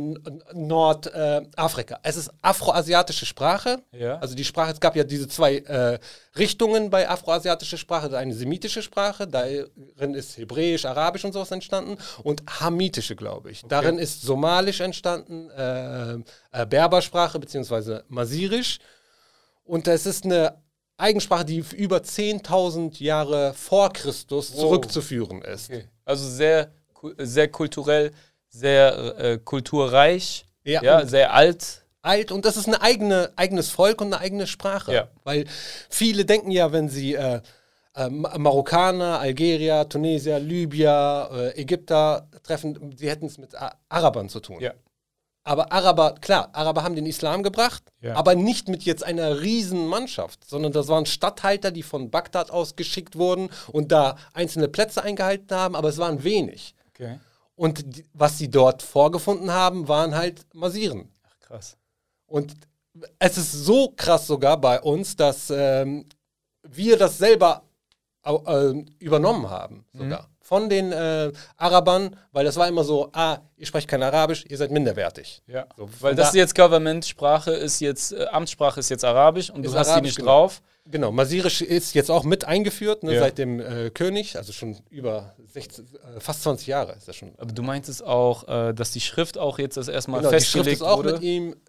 Nordafrika. Äh, es ist afroasiatische Sprache. Ja. Also die Sprache, es gab ja diese zwei äh, Richtungen bei afroasiatischer Sprache. Eine semitische Sprache, darin ist Hebräisch, Arabisch und sowas entstanden. Und hamitische, glaube ich. Okay. Darin ist Somalisch entstanden, äh, äh, Berbersprache bzw. Masirisch. Und es ist eine Eigensprache, die über zehntausend Jahre vor Christus wow. zurückzuführen ist. Okay. Also sehr, sehr kulturell, sehr äh, kulturreich, ja, ja sehr alt. Alt und das ist ein eigene, eigenes Volk und eine eigene Sprache. Ja. Weil viele denken ja, wenn sie äh, äh, Marokkaner, Algerier, Tunesier, Libyer, äh, Ägypter treffen, sie hätten es mit A- Arabern zu tun. Ja. Aber Araber, klar, Araber haben den Islam gebracht, ja. aber nicht mit jetzt einer riesen Mannschaft, sondern das waren Statthalter, die von Bagdad aus geschickt wurden und da einzelne Plätze eingehalten haben, aber es waren wenig. Okay. Und die, was sie dort vorgefunden haben, waren halt Masiren. Ach, krass. Und es ist so krass sogar bei uns, dass ähm, wir das selber äh, übernommen haben, sogar. Mhm. Von den äh, Arabern, weil das war immer so, ah, ihr sprecht kein Arabisch, ihr seid minderwertig. Ja, so, weil das da ist jetzt Government-Sprache, ist jetzt, äh, Amtssprache ist jetzt Arabisch und du hast Arabisch, die nicht genau. drauf. Genau, Masirisch ist jetzt auch mit eingeführt, ne, ja. seit dem äh, König, also schon über sechzehn, äh, fast zwanzig Jahre ist das schon. Aber du meintest auch, äh, dass die Schrift auch jetzt das erstmal genau, festgelegt die Schrift ist auch wurde. mit ihm.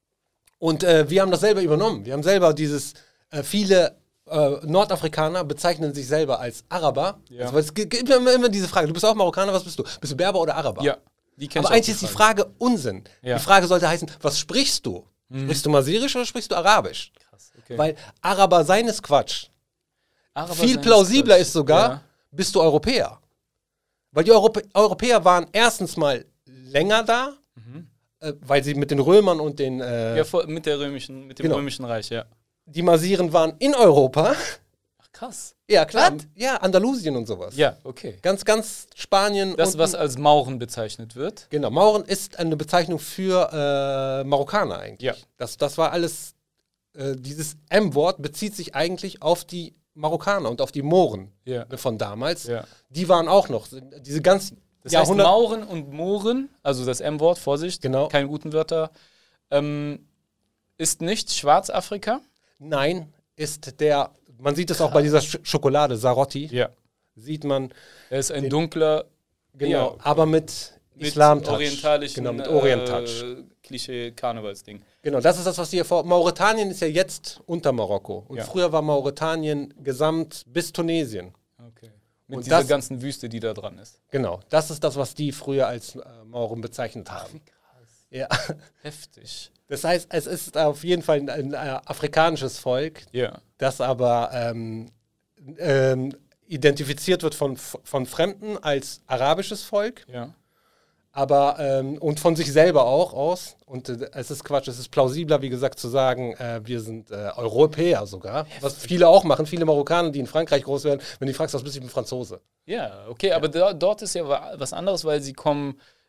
Und äh, wir haben das selber übernommen. Wir haben selber dieses, äh, viele äh, Nordafrikaner bezeichnen sich selber als Araber. Ja. Also, es gibt immer, immer diese Frage, du bist auch Marokkaner, was bist du? Bist du Berber oder Araber? Ja, die kenn Aber ich eigentlich ist die Frage Unsinn. Ja. Die Frage sollte heißen, was sprichst du? Mhm. Sprichst du Masirisch oder sprichst du Arabisch? Krass, okay. Weil Araber sein ist Quatsch. Araber Viel sein plausibler ist, ist sogar, ja. bist du Europäer. Weil die Europä- Europäer waren erstens mal länger da, Mhm. äh, weil sie mit den Römern und den... Äh, Ja, vor, mit, der römischen, mit dem genau. römischen Reich, ja. Die Masiren waren in Europa. Ach, krass. Ja, klar. What? Ja, Andalusien und sowas. Ja, okay. Ganz, ganz Spanien. Das, und, was als Mauren bezeichnet wird. Genau, Mauren ist eine Bezeichnung für äh, Marokkaner eigentlich. Ja. Das, das war alles, äh, dieses M-Wort bezieht sich eigentlich auf die Marokkaner und auf die Mohren Ja. von damals. Ja. Die waren auch noch, diese ganzen Das heißt, Jahrhundert- Mauren und Mohren, also das M-Wort, Vorsicht, Genau. keine guten Wörter, ähm, ist nicht Schwarzafrika. Nein, ist der, man sieht es auch bei dieser Sch- Schokolade, Sarotti, Ja. sieht man, Er ist ein Den- dunkler, genau, Ja, okay. aber mit, mit Islam-Touch. orientalischen, Genau, mit Orient-Touch. äh, Klischee-Karnevalsding. Genau, das ist das, was hier vor. Mauretanien ist ja jetzt unter Marokko. Und Ja. früher war Mauretanien gesamt bis Tunesien. Okay. Mit Und dieser das- ganzen Wüste, die da dran ist. Genau, das ist das, was die früher als äh, Mauren bezeichnet haben. krass. Ja. Heftig. Das heißt, es ist auf jeden Fall ein, ein äh, afrikanisches Volk, Ja. das aber ähm, ähm, identifiziert wird von, von Fremden als arabisches Volk, Ja. aber ähm, und von sich selber auch aus. Und äh, es ist Quatsch, es ist plausibler, wie gesagt, zu sagen, äh, wir sind äh, Europäer sogar. Was viele auch machen, viele Marokkaner, die in Frankreich groß werden, wenn du fragst, was bist du, ich bin Franzose. Ja, okay, aber da, dort ist ja wa- was anderes, weil sie kommen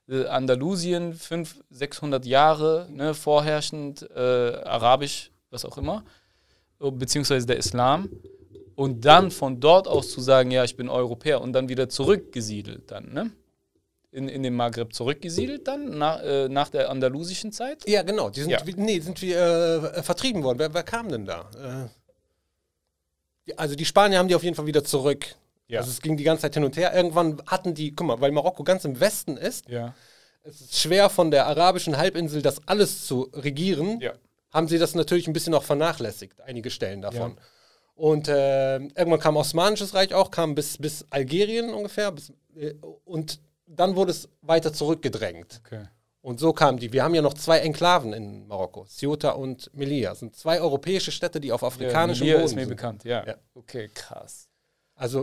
äh, Andalusien, fünfhundert, sechshundert Jahre, ne, vorherrschend, äh, arabisch, was auch immer, beziehungsweise der Islam. Und dann von dort aus zu sagen, ja, ich bin Europäer und dann wieder zurückgesiedelt dann, ne? In, in den Maghreb zurückgesiedelt dann, nach, äh, nach der andalusischen Zeit? Ja, genau. Die sind, Ja. wie- nee, sind wir äh, vertrieben worden. Wer, wer kam denn da? Äh, die, also die Spanier haben die auf jeden Fall wieder zurück. Ja. Also es ging die ganze Zeit hin und her. Irgendwann hatten die, guck mal, weil Marokko ganz im Westen ist, Ja. es ist schwer von der arabischen Halbinsel das alles zu regieren, Ja. haben sie das natürlich ein bisschen auch vernachlässigt, einige Stellen davon. Ja. Und äh, irgendwann kam Osmanisches Reich auch, kam bis, bis Algerien ungefähr. Bis, äh, und dann wurde es weiter zurückgedrängt. Okay. Und so kamen die. Wir haben ja noch zwei Enklaven in Marokko, Ceuta und Melilla. Das sind zwei europäische Städte, die auf afrikanischem ja, Boden ist mir sind. bekannt, ja. Ja. Okay, krass. Also,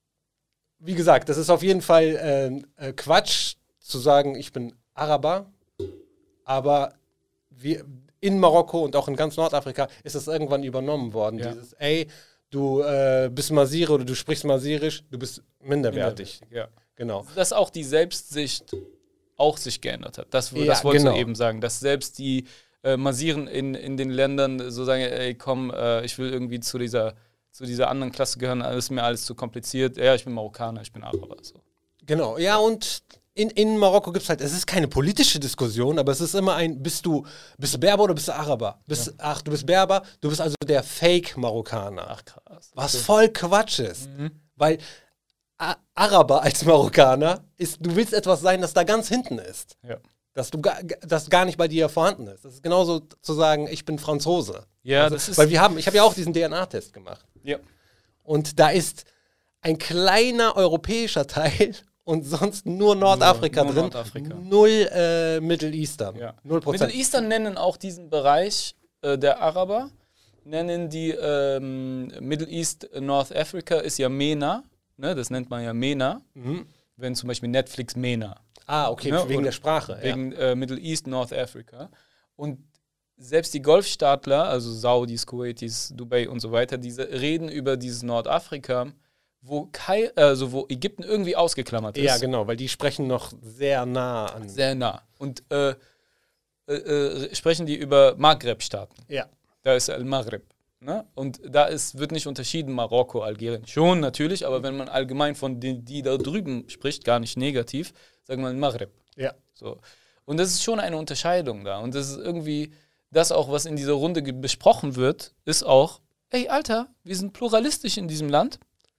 wie gesagt, das ist auf jeden Fall äh, äh, Quatsch zu sagen, ich bin Araber, aber wir, in Marokko und auch in ganz Nordafrika ist es irgendwann übernommen worden. Ja. Dieses, ey, du äh, bist Masire oder du sprichst Masirisch, du bist minderwertig. Ja. Genau. Dass auch die Selbstsicht auch sich geändert hat. Das, Ja, das wolltest genau. du eben sagen. Dass selbst die äh, Masiren in, in den Ländern so sagen, ey komm, äh, ich will irgendwie zu dieser, zu dieser anderen Klasse gehören, das ist mir alles zu kompliziert. Ja, ich bin Marokkaner, ich bin Araber. So. Genau, ja, und in, in Marokko gibt es halt, es ist keine politische Diskussion, aber es ist immer ein, bist du, bist du Berber oder bist du Araber? Bist, ja. Ach, du bist Berber, du bist also der Fake-Marokkaner. Ach krass. Was Okay. voll Quatsch ist. Mhm. Weil A Araber als Marokkaner ist, du willst etwas sein, das da ganz hinten ist. Ja. Dass du ga, das gar nicht bei dir vorhanden ist. Das ist genauso zu sagen, ich bin Franzose. Ja, also, das ist. weil wir haben, ich habe ja auch diesen D N A-Test gemacht. ja. Und da ist ein kleiner europäischer Teil und sonst nur Nordafrika nur drin. Nordafrika. Null äh, Middle Eastern. Ja. Null Prozent. Middle Eastern nennen auch diesen Bereich äh, der Araber, nennen die ähm, Middle East North Africa ist ja MENA, ne? Das nennt man ja MENA, Mhm. wenn zum Beispiel Netflix MENA, Ah, okay, Ne, wegen oder der Sprache. wegen äh, Middle East North Africa. Und selbst die Golfstaatler, also Saudis, Kuwaitis, Dubai und so weiter, diese reden über dieses Nordafrika, wo, Kai, also wo Ägypten irgendwie ausgeklammert ja. ist. ja, genau, weil die sprechen noch sehr nah an. Sehr nah. Und äh, äh, äh, sprechen die über Maghreb-Staaten. ja. Da ist Al-Maghreb. Ne? Und da ist, wird nicht unterschieden, Marokko, Algerien. Schon natürlich, aber wenn man allgemein von denen, die da drüben spricht, gar nicht negativ, sagen wir Maghreb. Ja. So. Und das ist schon eine Unterscheidung da. Und das ist irgendwie, das auch, was in dieser Runde ge- besprochen wird, ist auch, ey, Alter, wir sind pluralistisch in diesem Land.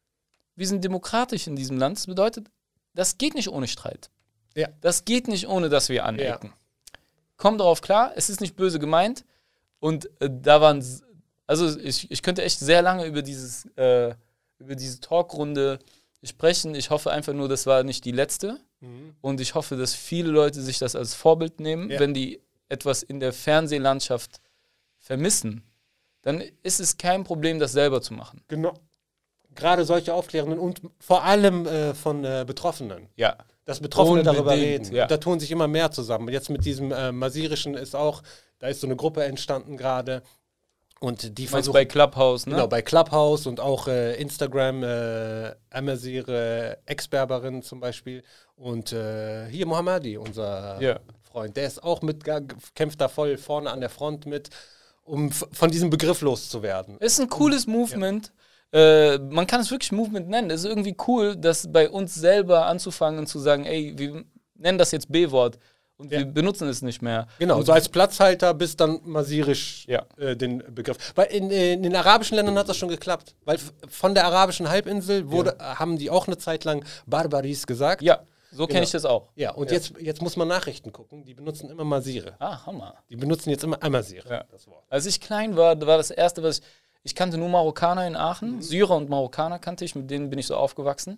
Wir sind demokratisch in diesem Land. Das bedeutet, das geht nicht ohne Streit. Ja. Das geht nicht ohne, dass wir anecken. Komm darauf klar, es ist nicht böse gemeint. Und äh, da waren, s- also ich, ich könnte echt sehr lange über dieses, äh, über diese Talkrunde sprechen. Ich hoffe einfach nur, das war nicht die letzte. Mhm. Und ich hoffe, dass viele Leute sich das als Vorbild nehmen, Ja. wenn die etwas in der Fernsehlandschaft vermissen. Dann ist es kein Problem, das selber zu machen. Genau. Gerade solche Aufklärenden und vor allem äh, von äh, Betroffenen. Ja. Dass Betroffene darüber Unbedingt, reden. ja. Da tun sich immer mehr zusammen. Jetzt mit diesem äh, Masirischen ist auch, da ist so eine Gruppe entstanden gerade. Und die Meinst versuchen bei Clubhouse, ne? genau, bei Clubhouse und auch äh, Instagram, äh, Amazir, Ex-Berberin zum Beispiel. Und äh, hier Mohammadi, unser Ja. Freund, der ist auch mit, kämpft da voll vorne an der Front mit, um f- von diesem Begriff loszuwerden. Ist ein cooles Movement. Äh, man kann es wirklich Movement nennen. Es ist irgendwie cool, das bei uns selber anzufangen und zu sagen, ey, wir nennen das jetzt B-Wort und Ja. wir benutzen es nicht mehr. Genau, und so als Platzhalter bis dann masirisch Ja. äh, den Begriff. Weil in, in den arabischen Ländern hat das schon geklappt. Weil f- von der arabischen Halbinsel wurde, haben die auch eine Zeit lang Barbaris gesagt. Ja, so kenne Genau. ich das auch. Ja, und Ja. Jetzt, jetzt muss man Nachrichten gucken. Die benutzen immer Masire. Ah, Hammer. Die benutzen jetzt immer Amazire, Ja. das Wort. Als ich klein war, war das erste, was ich. Ich kannte nur Marokkaner in Aachen. Syrer und Marokkaner kannte ich, mit denen bin ich so aufgewachsen.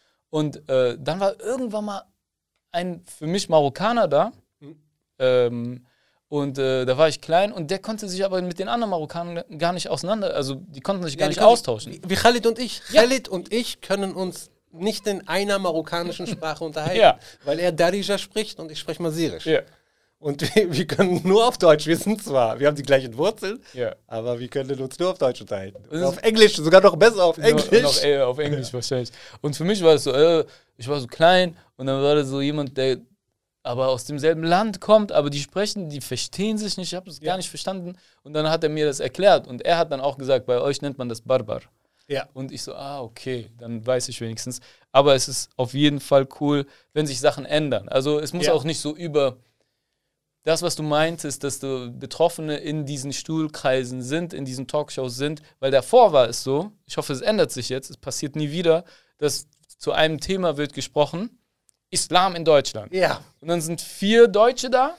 Und äh, dann war irgendwann mal ein für mich Marokkaner da. Mhm. Ähm, und äh, da war ich klein und der konnte sich aber mit den anderen Marokkanern gar nicht auseinander, also die konnten sich gar Ja, nicht die können- austauschen. Wie, wie Khalid und ich. Ja. Khalid und ich können uns nicht in einer marokkanischen Sprache unterhalten. Ja. Weil er Darija spricht und ich spreche Masirisch. Ja. Und wir, wir können nur auf Deutsch. Wir sind zwar, wir haben die gleichen Wurzeln, Ja. aber wir können uns nur auf Deutsch unterhalten. Und ist- auf Englisch, sogar noch besser auf Englisch. Noch, noch, äh, auf Englisch wahrscheinlich. Und für mich war es so, äh, ich war so klein und dann war da so jemand, der aber aus demselben Land kommt, aber die sprechen, die verstehen sich nicht, ich habe es ja. gar nicht verstanden. Und dann hat er mir das erklärt und er hat dann auch gesagt, bei euch nennt man das Barbar. Ja. Und ich so, ah, okay, dann weiß ich wenigstens. Aber es ist auf jeden Fall cool, wenn sich Sachen ändern. Also es muss ja. auch nicht so über das, was du meintest, dass du Betroffene in diesen Stuhlkreisen sind, in diesen Talkshows sind, weil davor war es so, ich hoffe, es ändert sich jetzt, es passiert nie wieder, dass zu einem Thema wird gesprochen, Islam in Deutschland. Ja. Und dann sind vier Deutsche da.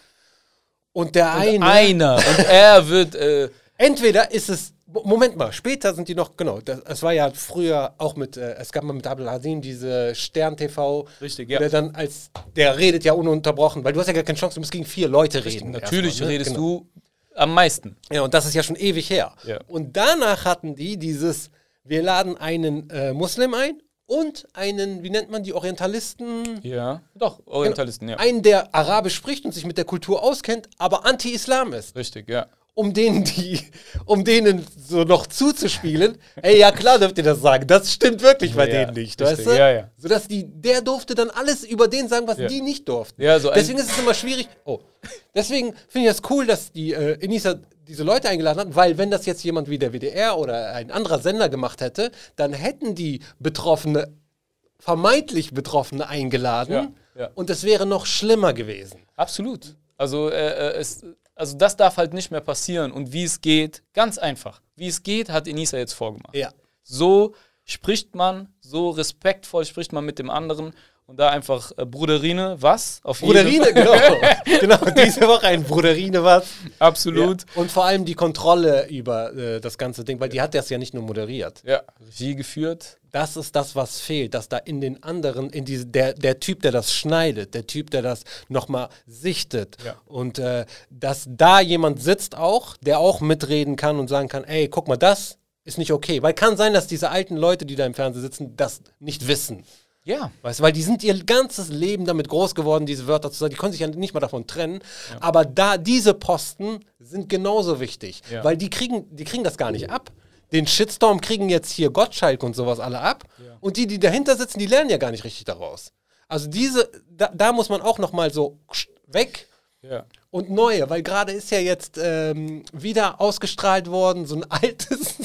Und der und eine. einer. Und er wird. Äh, Entweder ist es. Moment mal, später sind die noch. Genau, das, es war ja früher auch mit. Äh, es gab mal mit Abdel Azim diese Stern-T V. Richtig, ja. Der dann als. Der redet ja ununterbrochen, weil du hast ja gar keine Chance, du musst gegen vier Leute Richtig, reden. natürlich erstmal, ne? redest genau. du am meisten. Ja, und das ist ja schon ewig her. Ja. Und danach hatten die dieses. Wir laden einen äh, Muslim ein. Und einen, wie nennt man die, Orientalisten? Ja, doch, Orientalisten, genau. ja. Einen, der Arabisch spricht und sich mit der Kultur auskennt, aber anti-Islam ist. Richtig, ja. Um denen, die, um denen so noch zuzuspielen, ey, ja klar dürft ihr das sagen, das stimmt wirklich bei ja, denen nicht, richtig, weißt du? Ja, ja. Sodass die, der durfte dann alles über den sagen, was ja. die nicht durften. Ja, so Deswegen ist es immer schwierig, oh, deswegen finde ich das cool, dass die äh, Enisa diese Leute eingeladen hat, weil wenn das jetzt jemand wie der W D R oder ein anderer Sender gemacht hätte, dann hätten die Betroffene, vermeintlich Betroffene eingeladen Ja, ja. und es wäre noch schlimmer gewesen. Absolut. Also, äh, es, also das darf halt nicht mehr passieren. Und wie es geht, ganz einfach. Wie es geht, hat Enisa jetzt vorgemacht. Ja. So spricht man, so respektvoll spricht man mit dem anderen. Und da einfach äh, Bruderine, was? Auf Bruderine, genau. Genau, diese Woche ein Bruderine, was? Absolut. Ja. Und vor allem die Kontrolle über äh, das ganze Ding, weil die hat das ja nicht nur moderiert. Ja, Regie geführt. Das ist das, was fehlt, dass da in den anderen, in diese, der, der Typ, der das schneidet, der Typ, der das nochmal sichtet Ja. und äh, dass da jemand sitzt auch, der auch mitreden kann und sagen kann, ey, guck mal, das ist nicht okay. Weil kann sein, dass diese alten Leute, die da im Fernsehen sitzen, das nicht wissen. Ja. Weißt du, weil die sind ihr ganzes Leben damit groß geworden, diese Wörter zu sagen. Die können sich ja nicht mal davon trennen. Ja. Aber da, diese Posten sind genauso wichtig. Ja. Weil die kriegen, die kriegen das gar nicht ab. Den Shitstorm kriegen jetzt hier Gottschalk und sowas alle ab. Ja. Und die, die dahinter sitzen, die lernen ja gar nicht richtig daraus. Also diese, da, da muss man auch nochmal so weg Ja. und neue. Weil gerade ist ja jetzt ähm, wieder ausgestrahlt worden, so ein altes,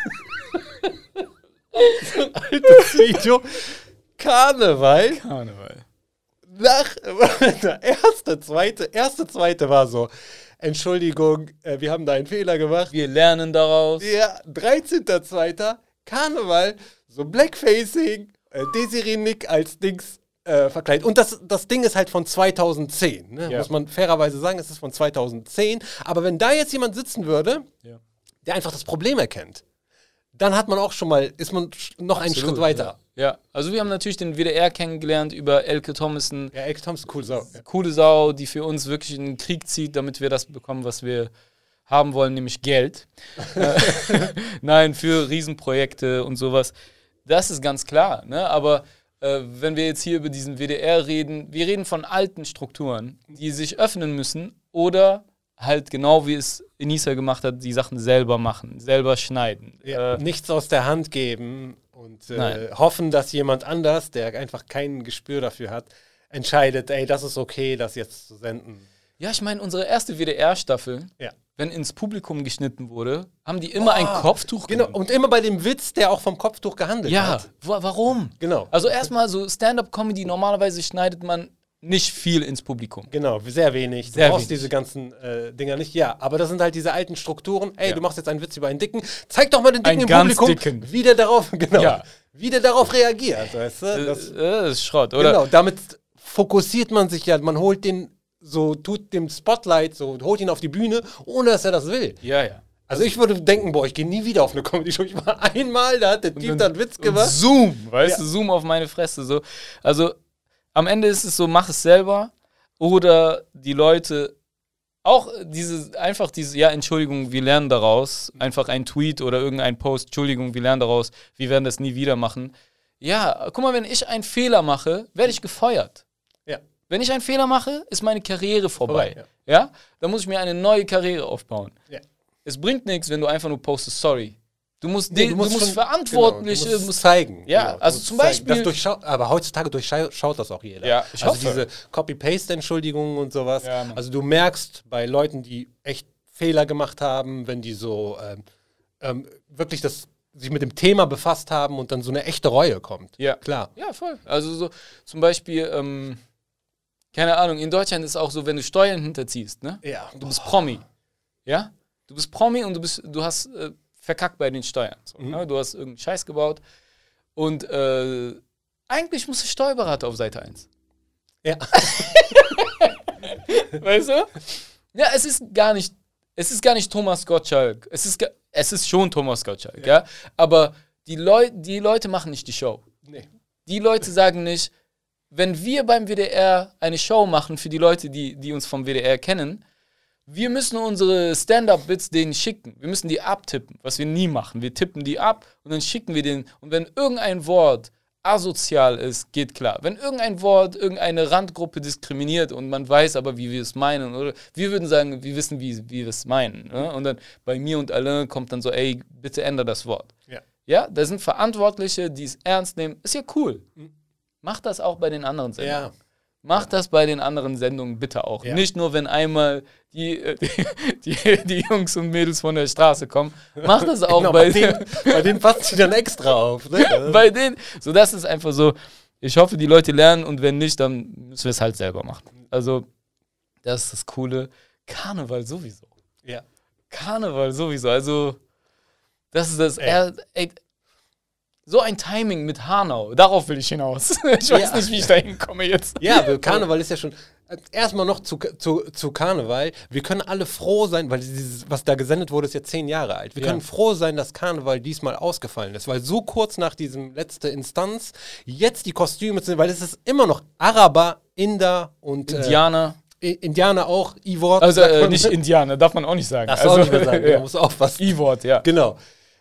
so ein altes Video. Karneval. Karneval. Nach, der erste, zweite, erste, zweite war so, Entschuldigung, äh, wir haben da einen Fehler gemacht. Wir lernen daraus. Ja, dreizehnter zweiter Karneval, so Blackfacing, äh, Desiree Nick als Dings äh, verkleidet. Und das, das Ding ist halt von zweitausendzehn, ne? Ja. Muss man fairerweise sagen, es ist von zweitausendzehn. Aber wenn da jetzt jemand sitzen würde, Ja. der einfach das Problem erkennt, dann hat man auch schon mal, ist man sch- noch einen Absolut, Schritt weiter. Ja. Ja, also wir haben natürlich den W D R kennengelernt über Elke Thomason. Ja, Elke Thompson, cool Sau. Ja. Coole Sau, die für uns wirklich in den Krieg zieht, damit wir das bekommen, was wir haben wollen, nämlich Geld. Äh, Nein, für Riesenprojekte und sowas. Das ist ganz klar, ne? Aber äh, wenn wir jetzt hier über diesen W D R reden, wir reden von alten Strukturen, die sich öffnen müssen oder halt genau wie es Enisa gemacht hat, die Sachen selber machen, selber schneiden. Ja, Äh, nichts aus der Hand geben und äh, Nein. hoffen, dass jemand anders, der einfach kein Gespür dafür hat, entscheidet, ey, das ist okay, das jetzt zu senden. Ja, ich meine, unsere erste W D R-Staffel, Ja. wenn ins Publikum geschnitten wurde, haben die immer ein Kopftuch Genau, genommen. und immer bei dem Witz, der auch vom Kopftuch gehandelt Ja, hat. wa warum? Genau. Also erstmal so Stand-up-Comedy, normalerweise schneidet man nicht viel ins Publikum. Genau, sehr wenig. Sehr du brauchst wenig. diese ganzen äh, Dinger nicht. Ja, aber das sind halt diese alten Strukturen. Ey, Ja. du machst jetzt einen Witz über einen Dicken. Zeig doch mal den Dicken Einen im ganz Publikum, Dicken. wie der darauf, genau, Ja. wie der darauf reagiert. Weißt du? Das, Das, äh, das ist Schrott, oder? genau, damit fokussiert man sich ja. Man holt den, so tut dem Spotlight, so holt ihn auf die Bühne, ohne dass er das will. Ja, ja. Also ich würde denken, boah, ich gehe nie wieder auf eine Comedy-Show. Ich war einmal, da hat der Typ da einen Witz Und gemacht. Zoom, weißt Ja. du, Zoom auf meine Fresse. So. Also am Ende ist es so, mach es selber oder die Leute auch diese, einfach diese, ja, Entschuldigung, wir lernen daraus, einfach ein Tweet oder irgendein Post, Entschuldigung, wir lernen daraus, wir werden das nie wieder machen. Ja, guck mal, wenn ich einen Fehler mache, werde ich gefeuert. Ja. Wenn ich einen Fehler mache, ist meine Karriere vorbei. Vorbei, ja. Dann muss ich mir eine neue Karriere aufbauen. Ja. Es bringt nichts, wenn du einfach nur postest, sorry. Du musst, Nee, den, du musst, schon- Verantwortliche... genau, du musst musst- zeigen. Ja, genau, du also musst zum zeigen. Beispiel- Das durchschau- aber heutzutage durchschaut das auch jeder. Ja, ich also hoffe. diese Copy-Paste-Entschuldigungen und sowas. Ja, Mann. Also du merkst bei Leuten, die echt Fehler gemacht haben, wenn die so ähm, ähm, wirklich das, sich mit dem Thema befasst haben und dann so eine echte Reue kommt. Ja. Klar. Ja, voll. Also so zum Beispiel, ähm, keine Ahnung, in Deutschland ist auch so, wenn du Steuern hinterziehst, ne? Ja. Du bist Promi. Ja? Du bist Promi und du bist, du hast äh, verkackt bei den Steuern. So, Mhm. ne? Du hast irgendeinen Scheiß gebaut. Und äh, eigentlich musst du Steuerberater auf Seite eins. Ja. Weißt du? Ja, es ist gar nicht, es ist gar nicht Thomas Gottschalk. Es ist, ga- es ist schon Thomas Gottschalk, ja. Aber die, Leu die Leute machen nicht die Show. Nee. Die Leute sagen nicht, wenn wir beim W D R eine Show machen für die Leute, die, die uns vom W D R kennen, wir müssen unsere Stand-Up-Bits denen schicken. Wir müssen die abtippen, was wir nie machen. Wir tippen die ab und dann schicken wir denen. Und wenn irgendein Wort asozial ist, geht klar. Wenn irgendein Wort irgendeine Randgruppe diskriminiert und man weiß aber, wie wir es meinen, oder wir würden sagen, wir wissen, wie, wie wir es meinen. Ne? Und dann bei mir und Alain kommt dann so, ey, bitte ändere das Wort. Ja. Ja, da sind Verantwortliche, die es ernst nehmen. Ist ja cool. Macht das auch bei den anderen Sendungen. Ja. Macht das bei den anderen Sendungen bitte auch. Ja. Nicht nur, wenn einmal die, äh, die, die, die Jungs und Mädels von der Straße kommen. Macht das auch Genau, bei, bei, denen, bei denen passt sie dann extra auf. Ne? bei denen. So, das ist einfach so. Ich hoffe, die Leute lernen und wenn nicht, dann müssen wir es halt selber machen. Also, das ist das Coole. Karneval sowieso. Ja. Karneval sowieso. Also, das ist das. Ey. Er, ey, so ein Timing mit Hanau. Darauf will ich hinaus. Ich weiß Ja. nicht, wie ich da hinkomme jetzt. Ja, aber Karneval ist ja schon. Erstmal noch zu, zu, zu Karneval. Wir können alle froh sein, weil dieses, was da gesendet wurde, ist jetzt zehn Jahre alt. Wir Ja. können froh sein, dass Karneval diesmal ausgefallen ist, weil so kurz nach diesem letzte Instanz jetzt die Kostüme sind, weil es ist immer noch Araber, Inder und Indianer. Äh, Indianer auch, I-Wort. Also sagt äh, man. nicht Indianer, darf man auch nicht sagen. Darfst du also, auch nicht mehr sagen, ja. da musst du aufpassen. I-Wort, ja. Genau.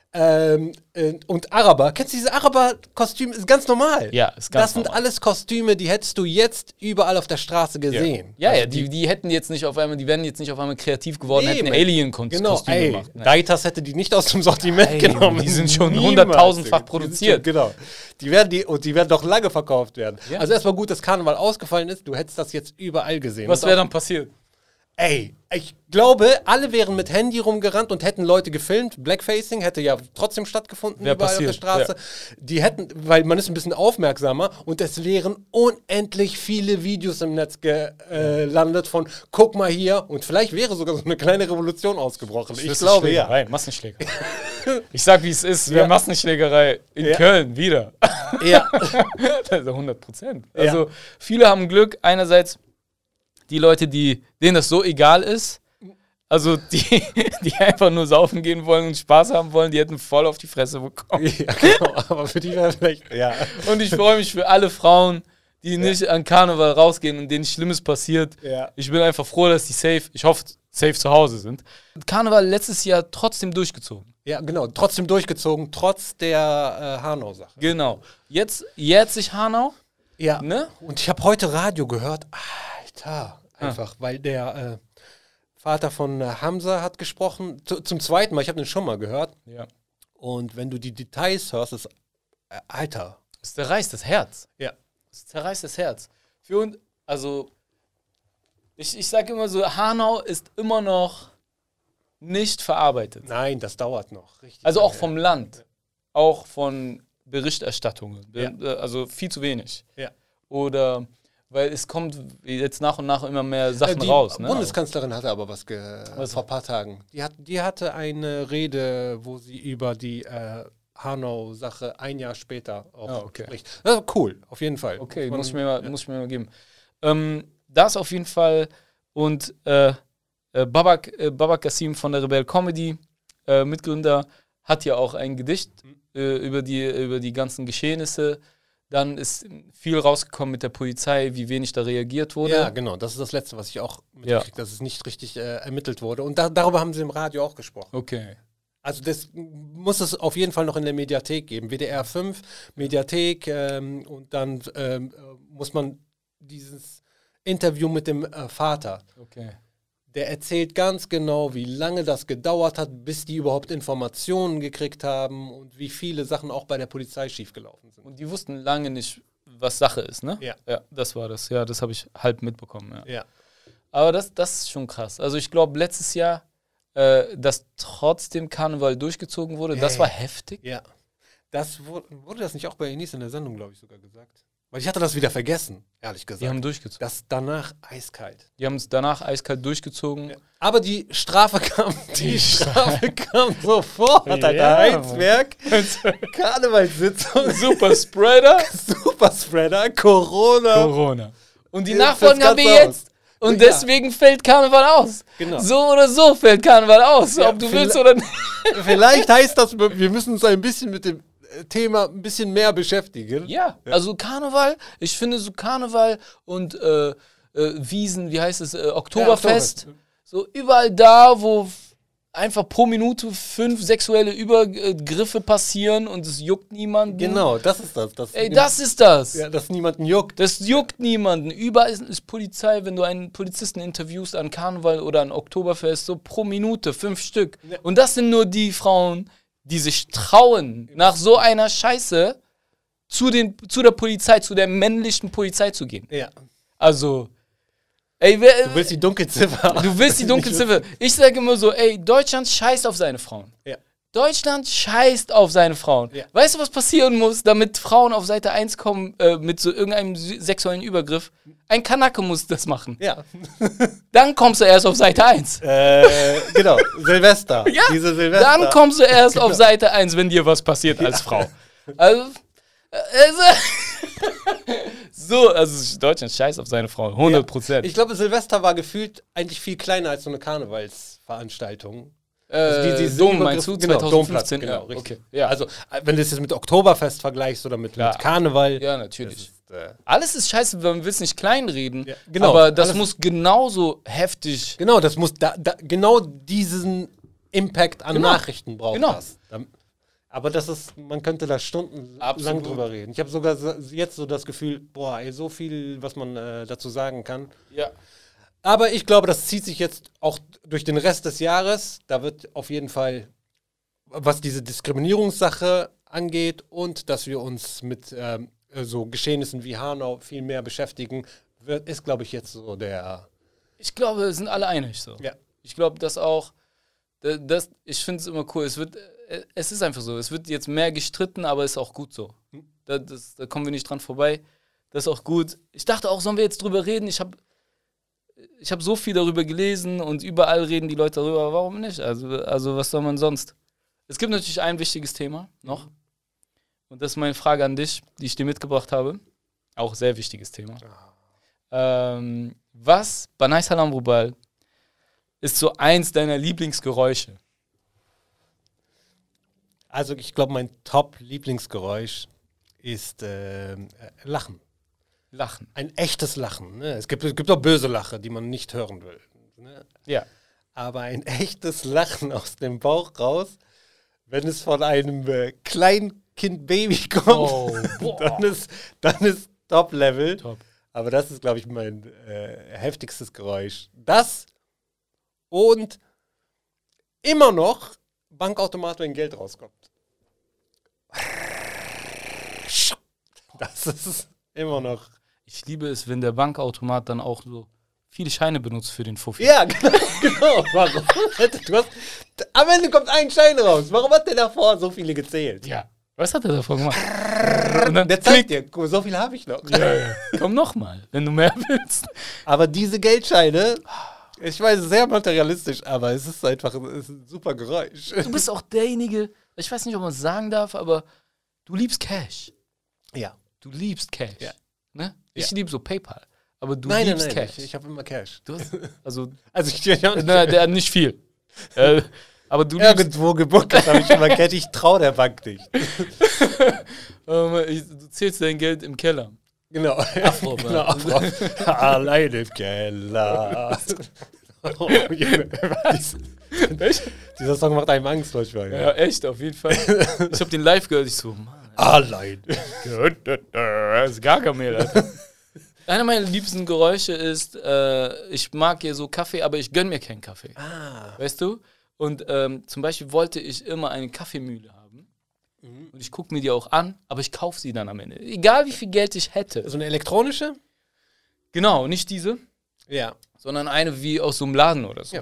Ähm, äh, und Araber. Kennst du diese Araber-Kostüme? Ist ganz normal. Ja, ist ganz Das sind normal. alles Kostüme, die hättest du jetzt überall auf der Straße gesehen. Ja, Also ja, die, die hätten jetzt nicht auf einmal, die wären jetzt nicht auf einmal kreativ geworden, Nee, hätten man. Alien-Kostüme Genau, ey, gemacht. Ne? Deitas hätte die nicht aus dem Sortiment Ey, genommen. die sind schon Niemals, hunderttausendfach Digga. Die produziert. sind Schon, genau. Die werden, die, und die werden doch lange verkauft werden. Ja. Also erstmal gut, dass Karneval ausgefallen ist. Du hättest das jetzt überall gesehen. Was Und wäre auch- dann passiert? Ey, ich glaube, alle wären mit Handy rumgerannt und hätten Leute gefilmt. Blackfacing hätte ja trotzdem stattgefunden Wär überall passiert, auf der Straße. Die hätten, weil man ist ein bisschen aufmerksamer und es wären unendlich viele Videos im Netz gelandet von guck mal hier und vielleicht wäre sogar so eine kleine Revolution ausgebrochen. Ich, glaube ja. Schlägerei, Massenschlägerei. Ich sag, wie es ist, wäre Ja. Massenschlägerei in Ja. Köln wieder. Ja. Also hundert Prozent. Also viele haben Glück. Einerseits die Leute, die, denen das so egal ist, also die, die einfach nur saufen gehen wollen und Spaß haben wollen, die hätten voll auf die Fresse bekommen. Ja, genau, aber für die wäre vielleicht, ja. Und ich freue mich für alle Frauen, die nicht an Karneval rausgehen und denen Schlimmes passiert. Ja. Ich bin einfach froh, dass die safe, ich hoffe, safe zu Hause sind. Karneval letztes Jahr trotzdem durchgezogen. Ja, genau, trotzdem durchgezogen, trotz der äh, Hanau-Sache. Genau. Jetzt jährt sich Hanau. Ja, Ne? und ich habe heute Radio gehört, Alter, einfach, weil der äh, Vater von äh, Hamza hat gesprochen, zu, zum zweiten Mal, ich habe den schon mal gehört, Ja. und wenn du die Details hörst, ist, äh, Alter. Es zerreißt das Herz. Ja. Es zerreißt das Herz. Für uns, also, ich, ich sage immer so, Hanau ist immer noch nicht verarbeitet. Nein, das dauert noch. Richtig Also auch lange. vom Land. Auch von Berichterstattungen. Ja. Be- Also viel zu wenig. Ja. Oder, weil es kommt jetzt nach und nach immer mehr Sachen Äh, die raus. Ne? Bundeskanzlerin hatte aber was, ge Was? vor ein paar Tagen. Die, hat, die hatte eine Rede, wo sie über die äh, Hanau-Sache ein Jahr später auch Ah, okay. spricht. Das ist cool, auf jeden Fall. Okay, man- muss ich mir mal, muss ich mir mal geben. Ähm, das auf jeden Fall. Und äh, äh, Babak, äh, Babak Kassim von der Rebel Comedy, äh, Mitgründer, hat ja auch ein Gedicht äh, über, die, über die ganzen Geschehnisse. Dann ist viel rausgekommen mit der Polizei, wie wenig da reagiert wurde. Ja, genau. Das ist das Letzte, was ich auch Ja. mitgekriegt, dass es nicht richtig äh, ermittelt wurde. Und da, darüber haben sie im Radio auch gesprochen. Okay. Also das muss es auf jeden Fall noch in der Mediathek geben. W D R fünf, Mediathek ähm, und dann ähm, äh, muss man dieses Interview mit dem äh, Vater. Okay. der erzählt ganz genau, wie lange das gedauert hat, bis die überhaupt Informationen gekriegt haben und wie viele Sachen auch bei der Polizei schiefgelaufen sind. Und die wussten lange nicht, was Sache ist, ne? Ja. Ja, das war das. Ja, das habe ich halb mitbekommen, ja. Ja. Aber das, das ist schon krass. Also ich glaube, letztes Jahr, äh, dass trotzdem Karneval durchgezogen wurde, Ja, das ja. war heftig. Ja. Das wurde, wurde das nicht auch bei Enis in der Sendung, glaube ich, sogar gesagt? Weil ich hatte das wieder vergessen, ehrlich gesagt. Die haben durchgezogen. das danach eiskalt. Die haben es danach eiskalt durchgezogen. Ja. Aber die Strafe kam, die Strafe kam sofort. Ja, Alter, Heizwerk, Karnevalssitzung, Super Spreader, Superspreader, Corona. Corona. Und die Jetzt Nachfolgen das haben wir Ganze jetzt. Und Ja. deswegen fällt Karneval aus. Genau. So oder so fällt Karneval aus, Ja, ob du vielleicht- willst oder nicht. Vielleicht heißt das, wir müssen uns ein bisschen mit dem Thema ein bisschen mehr beschäftigen. Ja, also Karneval, ich finde so Karneval und äh, äh, Wiesen, wie heißt es, äh, Oktoberfest, Ja, so überall da, wo f- einfach pro Minute fünf sexuelle Übergriffe passieren und es juckt niemanden. Genau, das ist das. das Ey, das ist das. Ja, dass niemanden juckt. Das juckt niemanden. Überall ist, ist Polizei, wenn du einen Polizisten interviewst an Karneval oder an Oktoberfest, so pro Minute, fünf Stück. Ja. Und das sind nur die Frauen, die sich trauen, nach so einer Scheiße zu, den, zu der Polizei, zu der männlichen Polizei zu gehen. Ja. Also, ey, wer, Du willst die Dunkelziffer. du willst die Dunkelziffer. Ich sage immer so, ey, Deutschland scheißt auf seine Frauen. Ja. Deutschland scheißt auf seine Frauen. Ja. Weißt du, was passieren muss, damit Frauen auf Seite eins kommen äh, mit so irgendeinem sy- sexuellen Übergriff? Ein Kanake muss das machen. Ja. Dann kommst du erst auf Seite eins. äh, genau, Silvester. Ja, Diese Silvester. Dann kommst du erst auf Seite eins, wenn dir was passiert als Frau. Also, äh, also so, also Deutschland scheißt auf seine Frau, hundert Prozent. Ich glaube, Silvester war gefühlt eigentlich viel kleiner als so eine Karnevalsveranstaltung. Äh, Also die- diese Dom, Übergriff- meinst du? genau, zwanzig fünfzehn? Domplatz, genau, ja, richtig. okay. Ja, Also, äh, wenn du es jetzt mit Oktoberfest vergleichst oder mit, Klar. mit Karneval. ja, natürlich. das ist, äh, Alles ist scheiße, man will es nicht kleinreden, Ja, genau. aber das Alles- muss genauso heftig. Genau, das muss da, da, genau diesen Impact an Genau. Nachrichten braucht Genau. das. Dann- Aber das ist, man könnte da stundenlang Absolut. drüber reden. Ich habe sogar so- jetzt so das Gefühl, boah, ey, so viel, was man äh, dazu sagen kann. Ja. Aber ich glaube, das zieht sich jetzt auch durch den Rest des Jahres. Da wird auf jeden Fall, was diese Diskriminierungssache angeht und dass wir uns mit ähm, so Geschehnissen wie Hanau viel mehr beschäftigen, wird, ist, glaube ich, jetzt so der... Ich glaube, wir sind alle einig so. Ja. Ich glaube, dass auch, da- das, ich finde es immer cool, es wird, äh, es ist einfach so, es wird jetzt mehr gestritten, aber ist auch gut so. Da, das, da kommen wir nicht dran vorbei, das ist auch gut. Ich dachte auch, sollen wir jetzt drüber reden? Ich habe ich hab so viel darüber gelesen und überall reden die Leute darüber, warum nicht? Also, also was soll man sonst? Es gibt natürlich ein wichtiges Thema noch und das ist meine Frage an dich, die ich dir mitgebracht habe. Auch sehr wichtiges Thema. Ähm, was, Banai Salam Rubal, ist so eins deiner Lieblingsgeräusche? Also ich glaube, mein Top-Lieblingsgeräusch ist ähm, äh, Lachen. Lachen. Ein echtes Lachen. Ne? Es gibt, es gibt auch böse Lache, die man nicht hören will. Ne? Ja. Aber ein echtes Lachen aus dem Bauch raus, wenn es von einem äh, Kleinkind-Baby kommt, Oh, boah. dann ist, dann ist Top-Level. Top. Aber das ist, glaube ich, mein äh, heftigstes Geräusch. Das und immer noch Bankautomat, wenn Geld rauskommt. Das ist immer noch. Ich liebe es, wenn der Bankautomat dann auch so viele Scheine benutzt für den Fuffi. Ja, genau. genau. Warum? Du hast, am Ende kommt ein Schein raus. Warum hat der davor so viele gezählt? Ja. Was hat er davor gemacht? Und dann Der zeigt dir, guck, so viel habe ich noch. Ja, ja. Komm nochmal, wenn du mehr willst. Aber diese Geldscheine, ich weiß, sehr materialistisch, aber es ist einfach es ist ein super Geräusch. Du bist auch derjenige, ich weiß nicht, ob man es sagen darf, aber du liebst Cash. Ja. Du liebst Cash. Ja. Ne? Ich Ja. liebe so PayPal. Aber du Nein, nein, liebst nein, Cash. ich, ich habe immer Cash. Du hast, also, Also ich, ich hab na, der hat nicht viel. äh, aber du liebst. irgendwo gebunkert, habe ich immer Cash. Ich traue der Bank nicht. Ähm, ich, du zählst dein Geld im Keller. Genau. Afro, genau, Afro. Allein im Keller. Oh, Junge. Dies- Dieser Song macht einem Angst manchmal. Ja, echt, auf jeden Fall. Ich hab den live gehört, ich so, Mann, Allein. das ist Gargamel, Alter. Einer meiner liebsten Geräusche ist, äh, ich mag ja so Kaffee, aber ich gönn mir keinen Kaffee. Ah. Weißt du? Und ähm, zum Beispiel wollte ich immer eine Kaffeemühle haben. Mhm. Und ich gucke mir die auch an, aber ich kaufe sie dann am Ende. Egal wie viel Geld ich hätte. So eine elektronische? Genau, nicht diese, Ja. sondern eine wie aus so einem Laden oder so. Ja.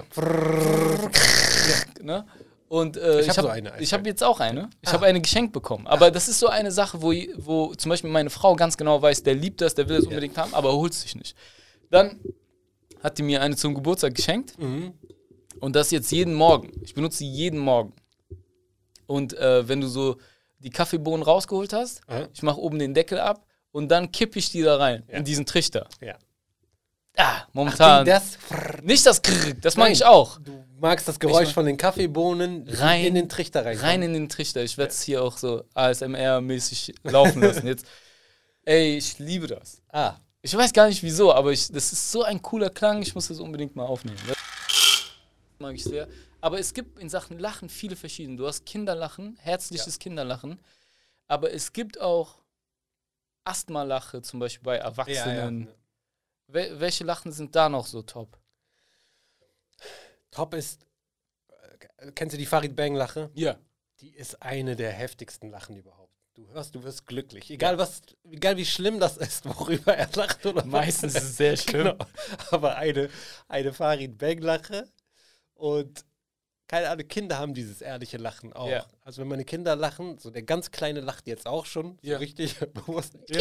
Ne? Und äh, Ich hab ich habe so eine, ich hab jetzt auch eine. Ich Ah. habe eine geschenkt bekommen. Aber das ist so eine Sache, wo, wo zum Beispiel meine Frau ganz genau weiß, der liebt das, der will das unbedingt haben, aber er holt es sich nicht. Dann hat die mir eine zum Geburtstag geschenkt. Mhm. Und das jetzt jeden Morgen. Ich benutze sie jeden Morgen. Und äh, wenn du so die Kaffeebohnen rausgeholt hast, Aha. ich mache oben den Deckel ab und dann kippe ich die da rein, Ja. in diesen Trichter. Ja. Ah, momentan. das, nicht das Krrr, das mag Nein. ich auch. du magst das Geräusch Ich- von den Kaffeebohnen Rein- in den Trichter rein. Rein in den Trichter. Ich werde es hier auch so A S M R-mäßig laufen lassen. Jetzt, ey, ich liebe das. Ah. Ich weiß gar nicht wieso, aber ich, das ist so ein cooler Klang, ich muss das unbedingt mal aufnehmen. Das mag ich sehr. Aber es gibt in Sachen Lachen viele verschiedene. Du hast Kinderlachen, herzliches Kinderlachen, aber es gibt auch Asthma-Lache, zum Beispiel bei Erwachsenen. Ja, ja. Wel welche Lachen sind da noch so top? Top ist, äh, kennst du die Farid Bang-Lache? Ja. Die ist eine der heftigsten Lachen überhaupt. Du hörst, du wirst glücklich. Egal was, egal wie schlimm das ist, worüber er lacht oder was. Meistens ist es sehr schlimm. Genau. Aber eine, eine Farid Bang-Lache und keine Ahnung, Kinder haben dieses ehrliche Lachen auch. Ja. Also wenn meine Kinder lachen, so der ganz Kleine lacht jetzt auch schon, so Ja. richtig bewusst. Ja.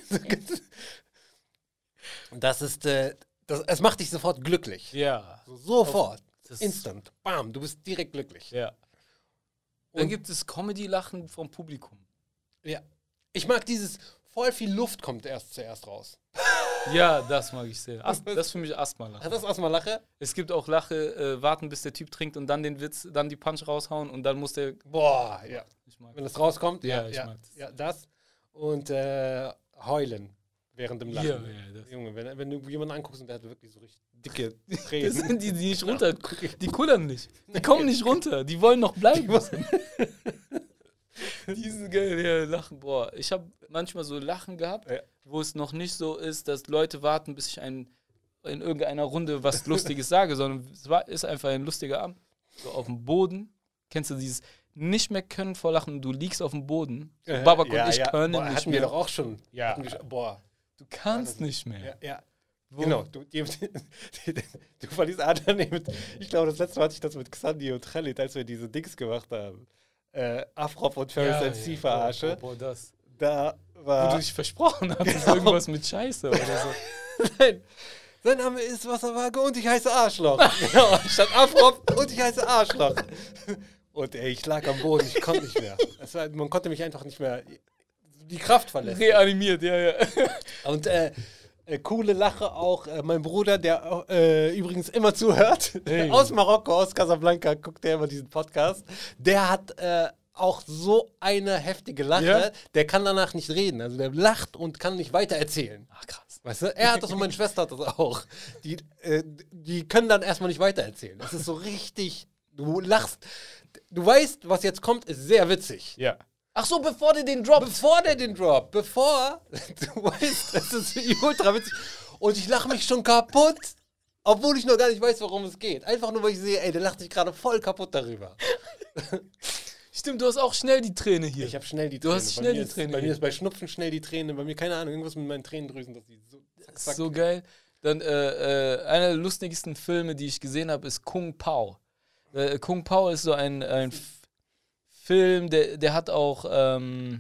Das ist, äh, das, es macht dich sofort glücklich. Ja. So, sofort. Das- Instant. Bam, du bist direkt glücklich. Ja. Dann Und- gibt es Comedy-Lachen vom Publikum. Ja. Ich mag dieses, voll viel Luft kommt erst zuerst raus. Ja, das mag ich sehr. Ast das ist für mich Asthma-Lache. Hat das erstmal Lache? Es gibt auch Lache, äh, warten, bis der Typ trinkt und dann den Witz, dann die Punch raushauen und dann muss der. Boah, ja. Ich mag Wenn das rauskommt, Ja, ja, ich ja, mag das. ja, das. Und äh, heulen während dem Lachen. Ja, ja, das. Junge, wenn, wenn du jemanden anguckst und der hat wirklich so richtig dicke Das Tränen. sind die, die nicht runter. Die kullern nicht. Die kommen nicht runter. Die wollen noch bleiben. Die sind geil, ja, Lachen. Boah, ich habe manchmal so Lachen gehabt, Ja. wo es noch nicht so ist, dass Leute warten, bis ich ein, in irgendeiner Runde was Lustiges sage, sondern es war, ist einfach ein lustiger Abend. So auf dem Boden. Kennst du dieses nicht mehr können vor Lachen? Du liegst auf dem Boden. So, Äh, Babak ja, und ich ja. können Boah, nicht hatten mehr. wir doch auch schon. Ja. Hatten wir schon- Boah. Du kannst nicht mehr. Ja, ja. Wo- Genau. Du, die, die, du verlierst Adrian mit, ich glaube, das letzte Mal hatte ich das mit Xandi und Khalid, als wir diese Dings gemacht haben. Äh, Afrop und Ferris Ja, M C ja. verarsche. Boah, boah, das. Da Wo war. du dich versprochen hast, Genau. irgendwas mit Scheiße oder so. Nein. Sein Name ist Wasserwaage und ich heiße Arschloch. Genau, statt Afrop und ich heiße Arschloch. Und ey, ich lag am Boden, ich konnte nicht mehr. Es war, man konnte mich einfach nicht mehr. Die Kraft verlassen. Reanimiert, ja, ja. Und äh, äh, coole Lache auch. Äh, mein Bruder, der äh, übrigens immer zuhört, Hey. aus Marokko, aus Casablanca, guckt der immer diesen Podcast. Der hat äh, auch so eine heftige Lache. Ja? Der kann danach nicht reden. Also der lacht und kann nicht weiter erzählen. Ach, krass. Weißt du? Er hat das und meine Schwester hat das auch. Die, äh, die können dann erstmal nicht weitererzählen. Das ist so richtig. Du lachst. Du weißt, was jetzt kommt, ist sehr witzig. Ja. Ach so, bevor der den droppt. Bevor der den Drop, bevor, du weißt, das ist ultra witzig. Und ich lache mich schon kaputt, obwohl ich noch gar nicht weiß, worum es geht. Einfach nur, weil ich sehe, ey, der lacht sich gerade voll kaputt darüber. Stimmt, du hast auch schnell die Träne hier. Ich habe schnell die Du Träne. hast Bei schnell mir die ist, Träne Bei mir hier. ist bei Schnupfen schnell die Träne, bei mir, keine Ahnung, irgendwas mit meinen Tränendrüsen, dass die so. Das ist so geil. Dann äh, äh, einer der lustigsten Filme, die ich gesehen habe, ist Kung Pao. Äh, Kung Pao ist so ein, ein F Film, der, der hat auch, ähm,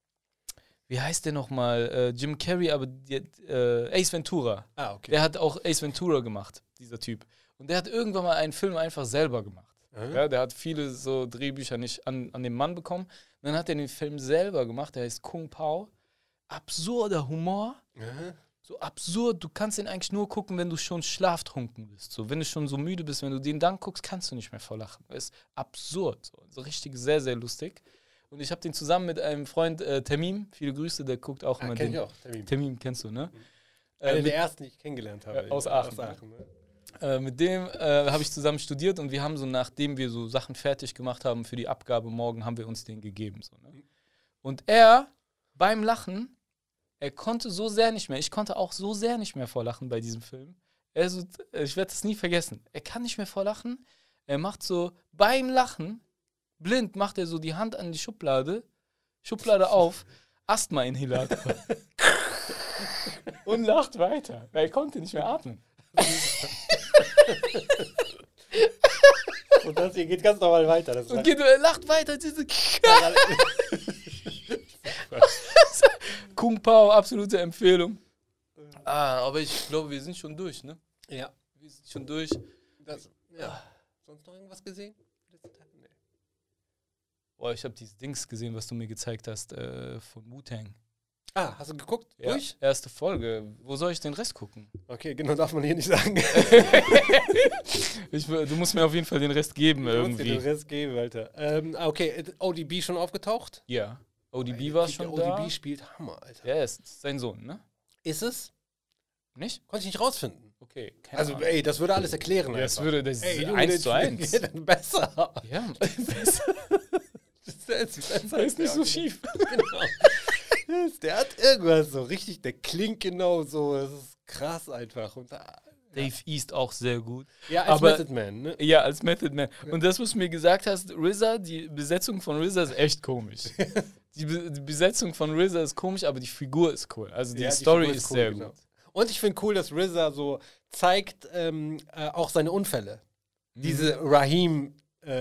wie heißt der nochmal? Äh, Jim Carrey, aber die, äh, Ace Ventura. Ah, okay. Der hat auch Ace Ventura gemacht, dieser Typ. Und der hat irgendwann mal einen Film einfach selber gemacht. Mhm. Ja, der hat viele so Drehbücher nicht an, an den Mann bekommen. Und dann hat er den Film selber gemacht, der heißt Kung Pao. Absurder Humor. Mhm. So absurd, du kannst den eigentlich nur gucken, wenn du schon schlaftrunken bist. So, wenn du schon so müde bist, wenn du den dann guckst, kannst du nicht mehr vor Lachen. Das ist absurd. So, so richtig sehr, sehr lustig. Und ich habe den zusammen mit einem Freund, äh, Tamim, viele Grüße, der guckt auch Ah, immer kenn den. ich auch. Tamim. Tamim kennst du, ne? Einer Äh, der mit, ersten, die ich kennengelernt habe. Ja, aus Aachen. Aus Aachen, ne? äh, mit dem äh, habe ich zusammen studiert und wir haben so, nachdem wir so Sachen fertig gemacht haben für die Abgabe morgen, haben wir uns den gegeben. So, ne? Und er beim Lachen er konnte so sehr nicht mehr, ich konnte auch so sehr nicht mehr vor Lachen bei diesem Film. Er so, ich werde das nie vergessen. Er kann nicht mehr vor Lachen. Er macht so, beim Lachen, blind macht er so die Hand an die Schublade, Schublade auf, Asthma-Inhalator. Und lacht weiter, weil er konnte nicht mehr atmen. Und das hier geht ganz normal weiter. Das Und geht, er lacht weiter. Diese Kung Pao, absolute Empfehlung. Ah, aber ich glaube, wir sind schon durch, ne? Ja. Wir sind schon durch. Das, ja. Sonst noch irgendwas gesehen? Nee. Boah, ich habe dieses Dings gesehen, was du mir gezeigt hast, äh, von Wu-Tang. Ah, hast du geguckt? Ja, Durch? erste Folge. Wo soll ich den Rest gucken? Okay, genau, darf man hier nicht sagen. ich, du musst mir auf jeden Fall den Rest geben Du musst dir irgendwie. den Rest geben, Alter. Ähm, okay, O D B schon aufgetaucht? Ja. O D B war schon da. O D B spielt Hammer, Alter. Ja, er ist sein Sohn, ne? Ist es? Nicht? Konnte ich nicht rausfinden. Okay. keine Also, Ahnung. ey, das würde alles erklären. Ja, das einfach. würde das Ey, eins zu eins. Dann besser. Ja, Das ist, das ist, das ist nicht so schief. Genau. Der hat irgendwas so richtig, der klingt genau so. Das ist krass einfach. Und da, Dave East auch sehr gut. ja, als Aber- Method Man, ne? Ja, als Method Man. Und das, was du mir gesagt hast, R Z A, die Besetzung von R Z A ist echt komisch. die, Be die Besetzung von R Z A ist komisch, aber die Figur ist cool. Also die Ja, die Story Figur ist, cool, sehr genau. gut. Und ich finde cool, dass R Z A so zeigt ähm, äh, auch seine Unfälle. Diese Raheem.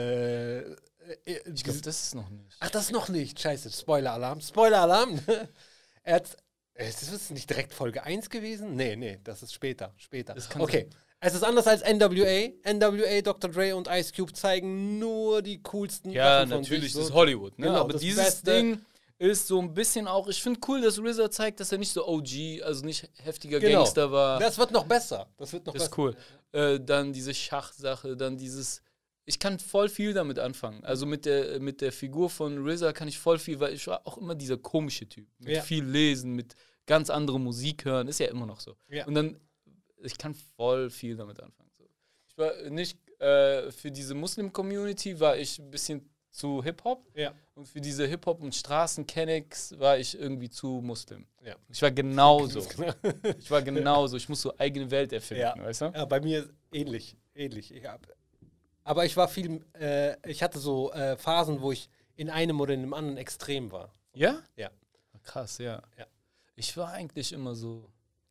Äh, äh, Ich glaube, das ist noch nicht. Ach, das noch nicht. Scheiße, Spoiler-Alarm. Spoiler-Alarm. Er hat. Ist das nicht direkt Folge eins gewesen? Nee, nee, das ist später. Später. Das kann Okay. Es ist anders als N W A. N W A, Doktor Dre und Ice Cube zeigen nur die coolsten Ja, Sachen von natürlich, sich. das ist So. Hollywood. Ne? Genau, aber das dieses Beste. Ding ist so ein bisschen auch, ich finde cool, dass R Z A zeigt, dass er nicht so O G, also nicht heftiger Genau. Gangster war. Das wird noch besser. Das wird noch Das ist besser. cool. Äh, dann diese Schachsache, dann dieses. Ich kann voll viel damit anfangen. Also mit der, mit der Figur von R Z A kann ich voll viel, weil ich war auch immer dieser komische Typ. Mit Ja. viel Lesen, mit ganz andere Musik hören. Ist ja immer noch so. Ja. Und dann, ich kann voll viel damit anfangen. So. Ich war nicht, äh, für diese Muslim-Community war ich ein bisschen zu Hip-Hop. Ja. Und für diese Hip-Hop- und Straßen-Kennex war ich irgendwie zu Muslim. Ja. Ich war genauso. Ich war genauso. Ich muss so eigene Welt erfinden, Ja. weißt du? Ja, bei mir ist ähnlich. Ähnlich. Ich hab, aber ich war viel. Äh, ich hatte so äh, Phasen, wo ich in einem oder in einem anderen Extrem war. Ja? Ja. Krass, ja. Ja. Ich war eigentlich immer so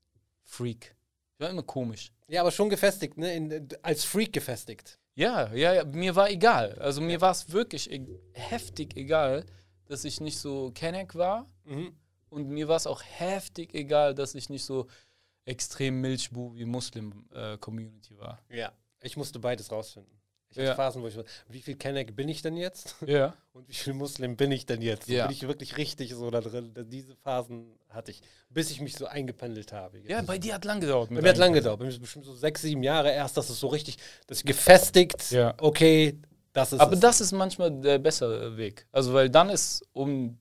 Freak. Ich war immer komisch. Ja, aber schon gefestigt, ne? In, als Freak gefestigt. Ja, ja, ja. Mir war egal. Also mir war es wirklich e heftig egal, dass ich nicht so Kenneck war. Mhm. Und mir war es auch heftig egal, dass ich nicht so extrem Milchbu wie Muslim-Community war. Ja. Ich musste beides rausfinden. Ich Ja. hatte Phasen, wo ich so, wie viel Kenneck bin ich denn jetzt? Ja. Und wie viel Muslim bin ich denn jetzt? So Ja. bin ich wirklich richtig so da drin. Diese Phasen hatte ich, bis ich mich so eingependelt habe. Jetzt Ja, ist bei es- dir hat lang gedauert. Bei mir hat lang gedauert. Bei mir ist es bestimmt so sechs, sieben Jahre erst, dass es so richtig, das gefestigt, Ja. okay, das ist Aber es. das ist manchmal der bessere Weg. Also weil dann ist um...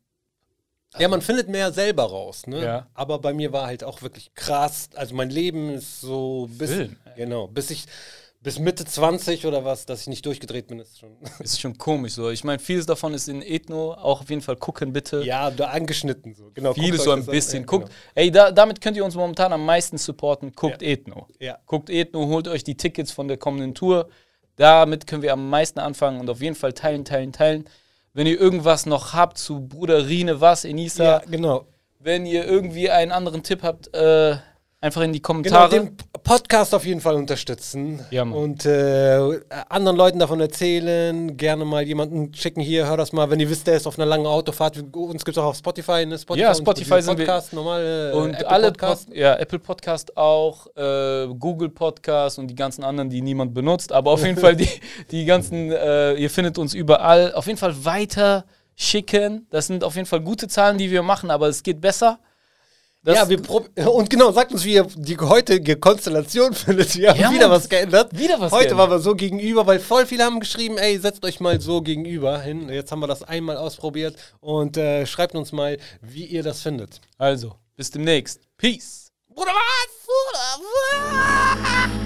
Ja, man findet mehr selber raus, ne? Ja. Aber bei mir war halt auch wirklich krass. Also mein Leben ist so bis, Film, genau, bis ich, bis Mitte zwanzig oder was, dass ich nicht durchgedreht bin, ist schon. Ist schon komisch so. Ich meine, vieles davon ist in Ethno. Auch auf jeden Fall gucken, bitte. Ja, da angeschnitten so. Genau. Vieles guckt so euch ein das an. bisschen. Ja, Guckt, genau. ey, da, damit könnt ihr uns momentan am meisten supporten. Guckt Ja. Ethno. Ja. Guckt Ethno, holt euch die Tickets von der kommenden Tour. Damit können wir am meisten anfangen und auf jeden Fall teilen, teilen, teilen. Wenn ihr irgendwas noch habt zu Bruder Rine, was, Enisa, Ja, genau. wenn ihr irgendwie einen anderen Tipp habt, äh, einfach in die Genau, Kommentare. den Podcast auf jeden Fall unterstützen. Ja, Mann. Und äh, anderen Leuten davon erzählen. Gerne mal jemanden schicken hier, hör das mal. Wenn ihr wisst, der ist auf einer langen Autofahrt. Uns gibt es auch auf Spotify. Ne? Spotify Ja, und Spotify sind wir- Podcast, normal, äh, Und Apple alle Podcast. Pod ja, Apple Podcast auch, äh, Google Podcast und die ganzen anderen, die niemand benutzt. Aber auf jeden Fall die, die ganzen, äh, ihr findet uns überall. Auf jeden Fall weiter schicken. Das sind auf jeden Fall gute Zahlen, die wir machen, aber es geht besser. Das Ja, wir prob- und genau, sagt uns, wie ihr die heutige Konstellation findet. Wir haben Ja, wieder Mann. was geändert. Wieder was Heute geändert. waren wir so gegenüber, weil voll viele haben geschrieben, ey, setzt euch mal so gegenüber hin. Jetzt haben wir das einmal ausprobiert und äh, schreibt uns mal, wie ihr das findet. Also, bis demnächst. Peace. Bruder, was? Bruder, was?